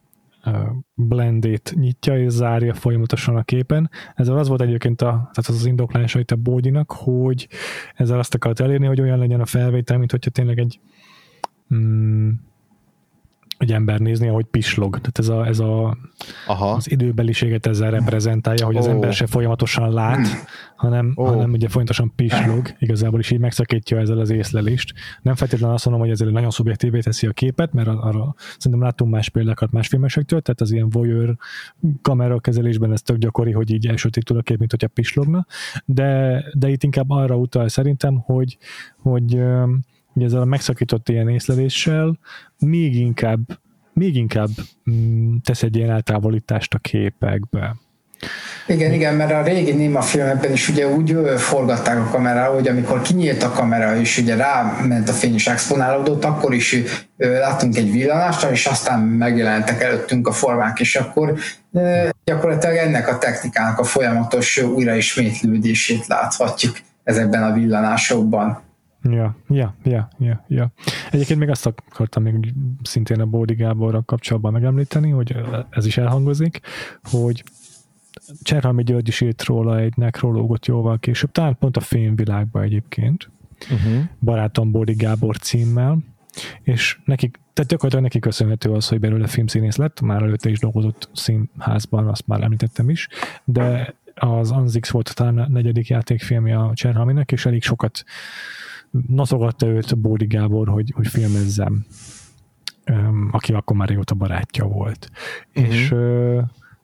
A: blendét nyitja és zárja folyamatosan a képen. Ezzel az volt egyébként a, tehát az az indoklása itt a Bódinak, hogy ezzel azt akart elérni, hogy olyan legyen a felvétel, mint hogyha tényleg egy mm, egy ember nézni, ahogy pislog. Tehát ez, a, ez a, az időbeliséget ezzel reprezentálja, hogy az oh. ember se folyamatosan lát, hanem, oh. hanem ugye folyamatosan pislog, igazából is így megszakítja ezzel az észlelést. Nem feltétlenül azt mondom, hogy ezzel nagyon szubjektívé teszi a képet, mert arra szerintem láttunk más példákat más filmesektől, tehát az ilyen voyeur kamerakezelésben ez tök gyakori, hogy így elsötétül a kép, mint hogyha pislogna, de, de itt inkább arra utal szerintem, hogy, hogy hogy ezzel a megszakított ilyen észleléssel még inkább, még inkább mm, tesz egy ilyen eltávolítást a képekbe.
C: Igen, igen, mert a régi Néma filmekben is ugye úgy forgatták a kamerára, hogy amikor kinyílt a kamera, és ugye ráment a fény és exponálódott, akkor is láttunk egy villanást, és aztán megjelentek előttünk a formák, és akkor gyakorlatilag ennek a technikának a folyamatos újraismétlődését láthatjuk ezekben a villanásokban.
A: Ja, ja, ja, ja, ja. Egyébként még azt akartam még szintén a Bódi Gáborral kapcsolatban megemlíteni, hogy ez is elhangozik, hogy Cserhalmi György is írt róla egy nekrológot jóval később, talán pont a Filmvilágban egyébként, uh-huh. Barátom Bódi Gábor címmel, és nekik, tehát gyakorlatilag neki köszönhető az, hogy belőle filmszínész lett, már előtte is dolgozott színházban, azt már említettem is, de az Anzix volt talán a negyedik játékfilmje a Cserhalminek, és elég sokat noszogatta őt Bódi Gábor, hogy, hogy filmezzem, um, aki akkor már régóta barátja volt. Uh-huh. És uh,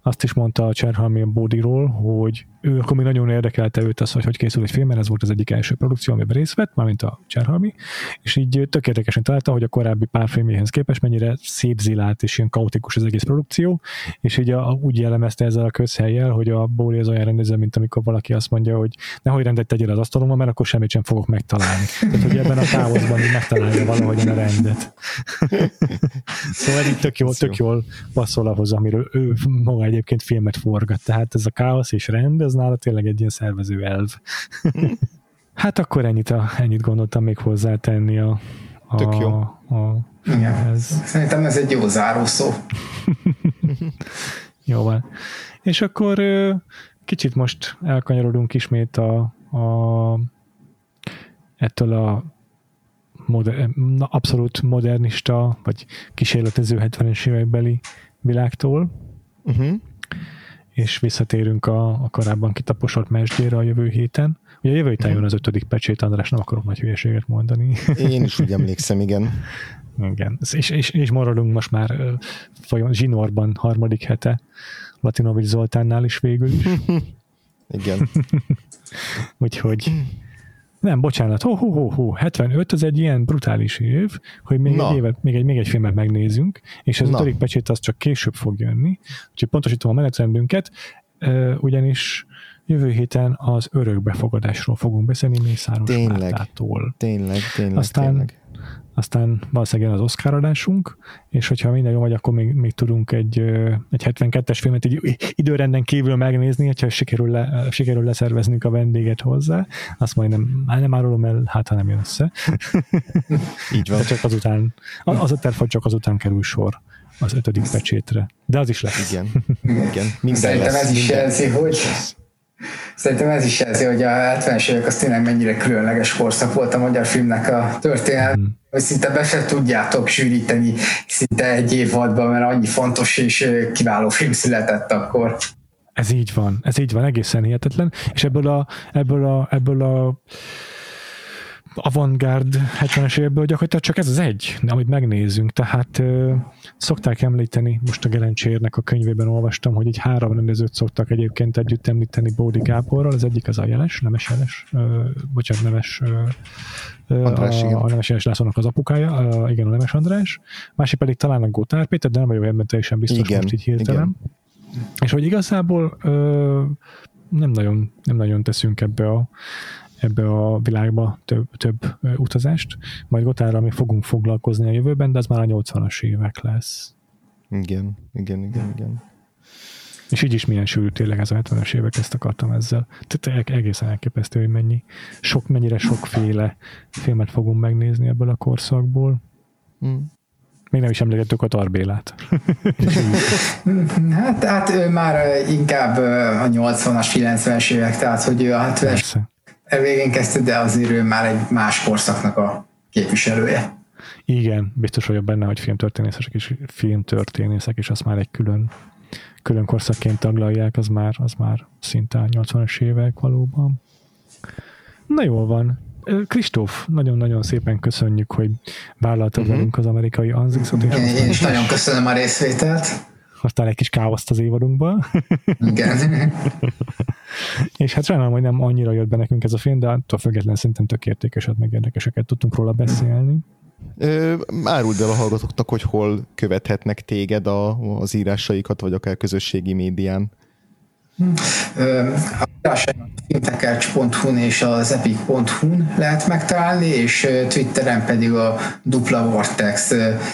A: azt is mondta a Cserhalmi a Bódiról, hogy ő akkor még nagyon érdekelte őt az, hogy hogy készül egy film, mert ez volt az egyik első produkció, amiben részt vett, mármint a Cserhalmi, és így tök érdekesen találta, hogy a korábbi pár filmjéhez képest mennyire szép zilált és ilyen kaotikus az egész produkció, és így a, úgy jellemezte ezzel a közhellyel, hogy a Bódi az olyan rendező, mint amikor valaki azt mondja, hogy nehogy rendet tegyél az asztalomra, mert akkor semmit sem fogok megtalálni. Tehát, hogy ebben a káoszban így megtalálja valahogyan a rendet. Szóval így tök jól, tök jól passzol ahhoz, amiről ő maga egyébként filmet forgat. Tehát ez a káosz és rend, ez nála tényleg egy ilyen szervező elv. Hát akkor ennyit, a, ennyit gondoltam még hozzátenni a, a,
B: tök jó.
A: a
C: filmhez. Szerintem ez egy jó zárószó.
A: Jó van. És akkor kicsit most elkanyarodunk ismét a, a ettől a moder, abszolút modernista, vagy kísérletező hetvenes évekbeli világtól, uh-huh. és visszatérünk a, a korábban kitaposott mesdjére a jövő héten. Ugye a jövő héten jön az ötödik pecsét, András, nem akarok nagy hülyeséget mondani.
B: Én is úgy emlékszem, igen.
A: Igen, és, és, és maradunk most már folyam, zsinórban harmadik hete, Latinovics Zoltánnál is végül is.
B: Igen.
A: Úgyhogy nem, bocsánat, hó, hó, hó, hó, hetvenöt az egy ilyen brutális év, hogy még, egy, évet, még, egy, még egy filmet megnézünk, és az ötödik pecsét az csak később fog jönni. Úgyhogy pontosítom a menetrendünket, ugyanis jövő héten az örökbefogadásról fogunk beszélni Mészáros Mártától.
B: Tényleg, tényleg,
A: Aztán,
B: tényleg.
A: Aztán valószínűleg az Oscar adásunk, és hogyha minden jó vagy, akkor még, még tudunk egy, egy hetvenkettes filmet egy időrenden kívül megnézni, hogyha sikerül, le, sikerül leszerveznünk a vendéget hozzá. Azt majd nem, nem árulom el, hát ha nem jön össze.
B: Így van.
A: De csak azután, az a terv, hogy csak azután kerül sor az ötödik pecsétre. De az is lesz.
B: Igen. Igen. Minden
C: Szerintem
B: lesz,
C: ez is jelzi, hogy Szerintem ez is jelzi, hogy a hetvenes évek az tényleg mennyire különleges korszak volt a magyar filmnek a történet, mm. hogy szinte be se tudjátok sűríteni szinte egy évadban, mert annyi fontos és kiváló film született akkor.
A: Ez így van, ez így van, egészen hihetetlen, és ebből a, ebből a, ebből a avantgárd hetvenes évekből gyakorlatilag csak ez az egy, amit megnézzünk, tehát ö, szokták említeni, most a Gerencsérnek a könyvében olvastam, hogy így három rendezőt szoktak egyébként együtt említeni Bódi Gáborral, az egyik az a Jeles, Nemes Jeles, ö, bocsánat, Nemes ö, András, a, a Nemes Jeles Lászlónak az apukája, ö, igen, a Nemes András, másik pedig talán a Gótár Péter, de nem vagyok ebben teljesen biztos, igen, most így hirtelen. És hogy igazából ö, nem, nagyon, nem nagyon teszünk ebbe a ebbe a világba több, több utazást. Majd Gotárral még fogunk foglalkozni a jövőben, de az már a nyolcvanas évek lesz.
B: Igen, igen, igen, igen.
A: És így is milyen sűrű tényleg ez a hetvenes évek, ezt akartam ezzel. Tehát egészen elképesztő, hogy mennyi, sok, mennyire sokféle filmet fogunk megnézni ebből a korszakból. Mm. Még nem is emlegettük a Tarbélát.
C: hát, hát ő már inkább a nyolcvanas, kilencvenes évek, tehát hogy ő a hetvenes végén kezdte, de azért ő már egy más korszaknak a képviselője.
A: Igen, biztos vagyok benne, hogy filmtörténészek és filmtörténészek, és azt már egy külön, külön korszakként taglalják, az már, az már szinte a nyolcvanas évek valóban. Na jól van. Kristóf, nagyon-nagyon szépen köszönjük, hogy vállaltad uh-huh. velünk az amerikai Anzixot.
C: Én, én is nagyon köszönöm a részvételt.
A: Hoztál egy kis káoszt az évadunkban.
C: Igen.
A: És hát sajnálom, hogy nem annyira jött be nekünk ez a film, de attól függetlenül szerintem tök értékeset, meg érdekeseket tudtunk róla beszélni.
B: Ö, áruld el a hallgatóknak, hogy hol követhetnek téged a, az írásaikat, vagy akár közösségi médián.
C: A írásaimat a filmtekercs pont hu-n és az epic pont hu-n lehet megtalálni, és Twitteren pedig a dupla vortex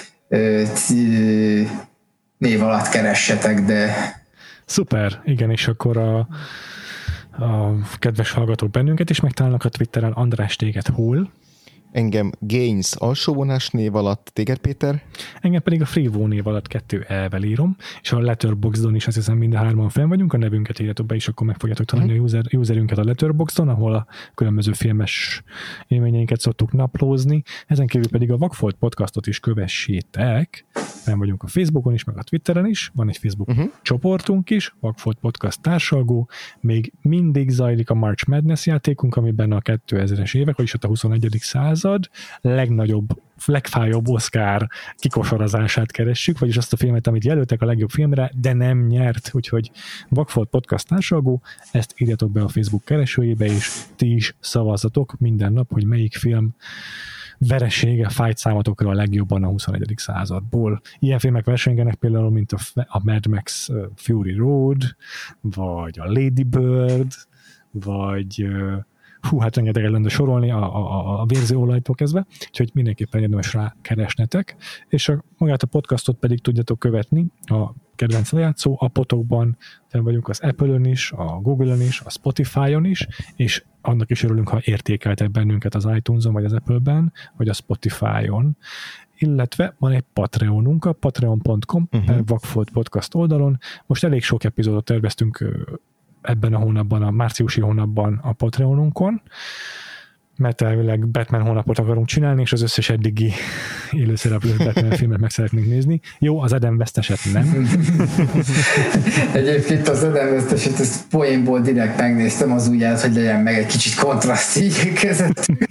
C: név alatt keressetek, de...
A: Szuper, igen, és akkor a, a kedves hallgatók bennünket is megtalálnak a Twitteren. András, téged hol?
B: Engem Gains alsóvonás név alatt, téged Péter?
A: Engem pedig a Freevo név alatt kettő elvel írom, és a Letterboxdon is azt hiszem mind a hárman fenn vagyunk, a nevünket írjatok be, és akkor meg fogjátok találni mm. a user, userünket a Letterboxdon, ahol a különböző filmes élményeinket szoktuk naplózni. Ezen kívül pedig a Vakfolt podcastot is kövessétek. Fenn vagyunk a Facebookon is, meg a Twitteren is, van egy Facebook uh-huh. csoportunk is, Vakfolt Podcast társalgó, még mindig zajlik a March Madness játékunk, amiben a kétezres évek, vagyis ott a huszonegyedik század, század legnagyobb, legfájóbb Oscar kikosarazását keressük, vagyis azt a filmet, amit jelöltek a legjobb filmre, de nem nyert, úgyhogy Vakfolt Podcast társalgó, ezt írjatok be a Facebook keresőjébe, és ti is szavazatok minden nap, hogy melyik film veresége fájt számatokra a legjobban a huszonegyedik századból. Ilyen filmek versengenek például, mint a, a Mad Max Fury Road, vagy a Lady Bird, vagy hú, hát rengeteg ellen sorolni a, a, a vérzőolajtól kezdve, úgyhogy mindenképpen érdemes rá keresnetek, és a, magát a podcastot pedig tudjátok követni a kedvenc lejátszó appotokban, fenn vagyunk az Apple-ön is, a Google-ön is, a Spotify-on is, és annak is örülünk, ha értékeltek bennünket az iTunes-on, vagy az Apple-ben, vagy a Spotify-on, illetve van egy Patreonunk, a patreon pont com uh-huh. per Vakfolt Podcast oldalon. Most elég sok epizódot terveztünk ebben a hónapban, a márciusi hónapban a Patreonunkon, mert elvileg Batman hónapot akarunk csinálni, és az összes eddigi élőszereplős Batman filmet meg szeretnénk nézni. Jó, az Adam West-eset nem.
C: Egyébként az Adam West-eset, ezt poénból direkt megnéztem, az úgy állt, hogy legyen meg egy kicsit kontraszt így közöttük.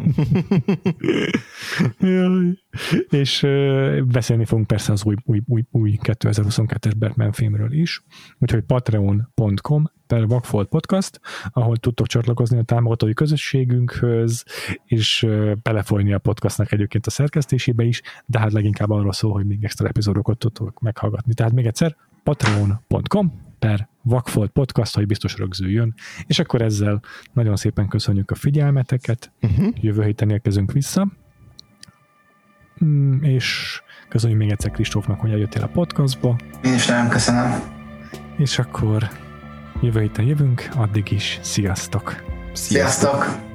A: És uh, beszélni fogunk persze az új, új, új, új kétezer-huszonkettes Batman filmről is, úgyhogy patreon pont com per Vakfolt Podcast, ahol tudtok csatlakozni a támogatói közösségünkhöz, és uh, belefolyni a podcastnak egyébként a szerkesztésébe is, de hát leginkább arról szól, hogy még extra epizódokat tudtok meghallgatni. Tehát még egyszer, patreon pont com per Vakfolt Podcast, hogy biztos rögzüljön. És akkor ezzel nagyon szépen köszönjük a figyelmeteket, uh-huh. jövő héten érkezünk vissza, mm, és köszönjük még egyszer Kristófnak, hogy eljöttél a podcastba.
C: Én is nagyon köszönöm.
A: És akkor jövő héten jövünk, addig is sziasztok!
C: Sziasztok!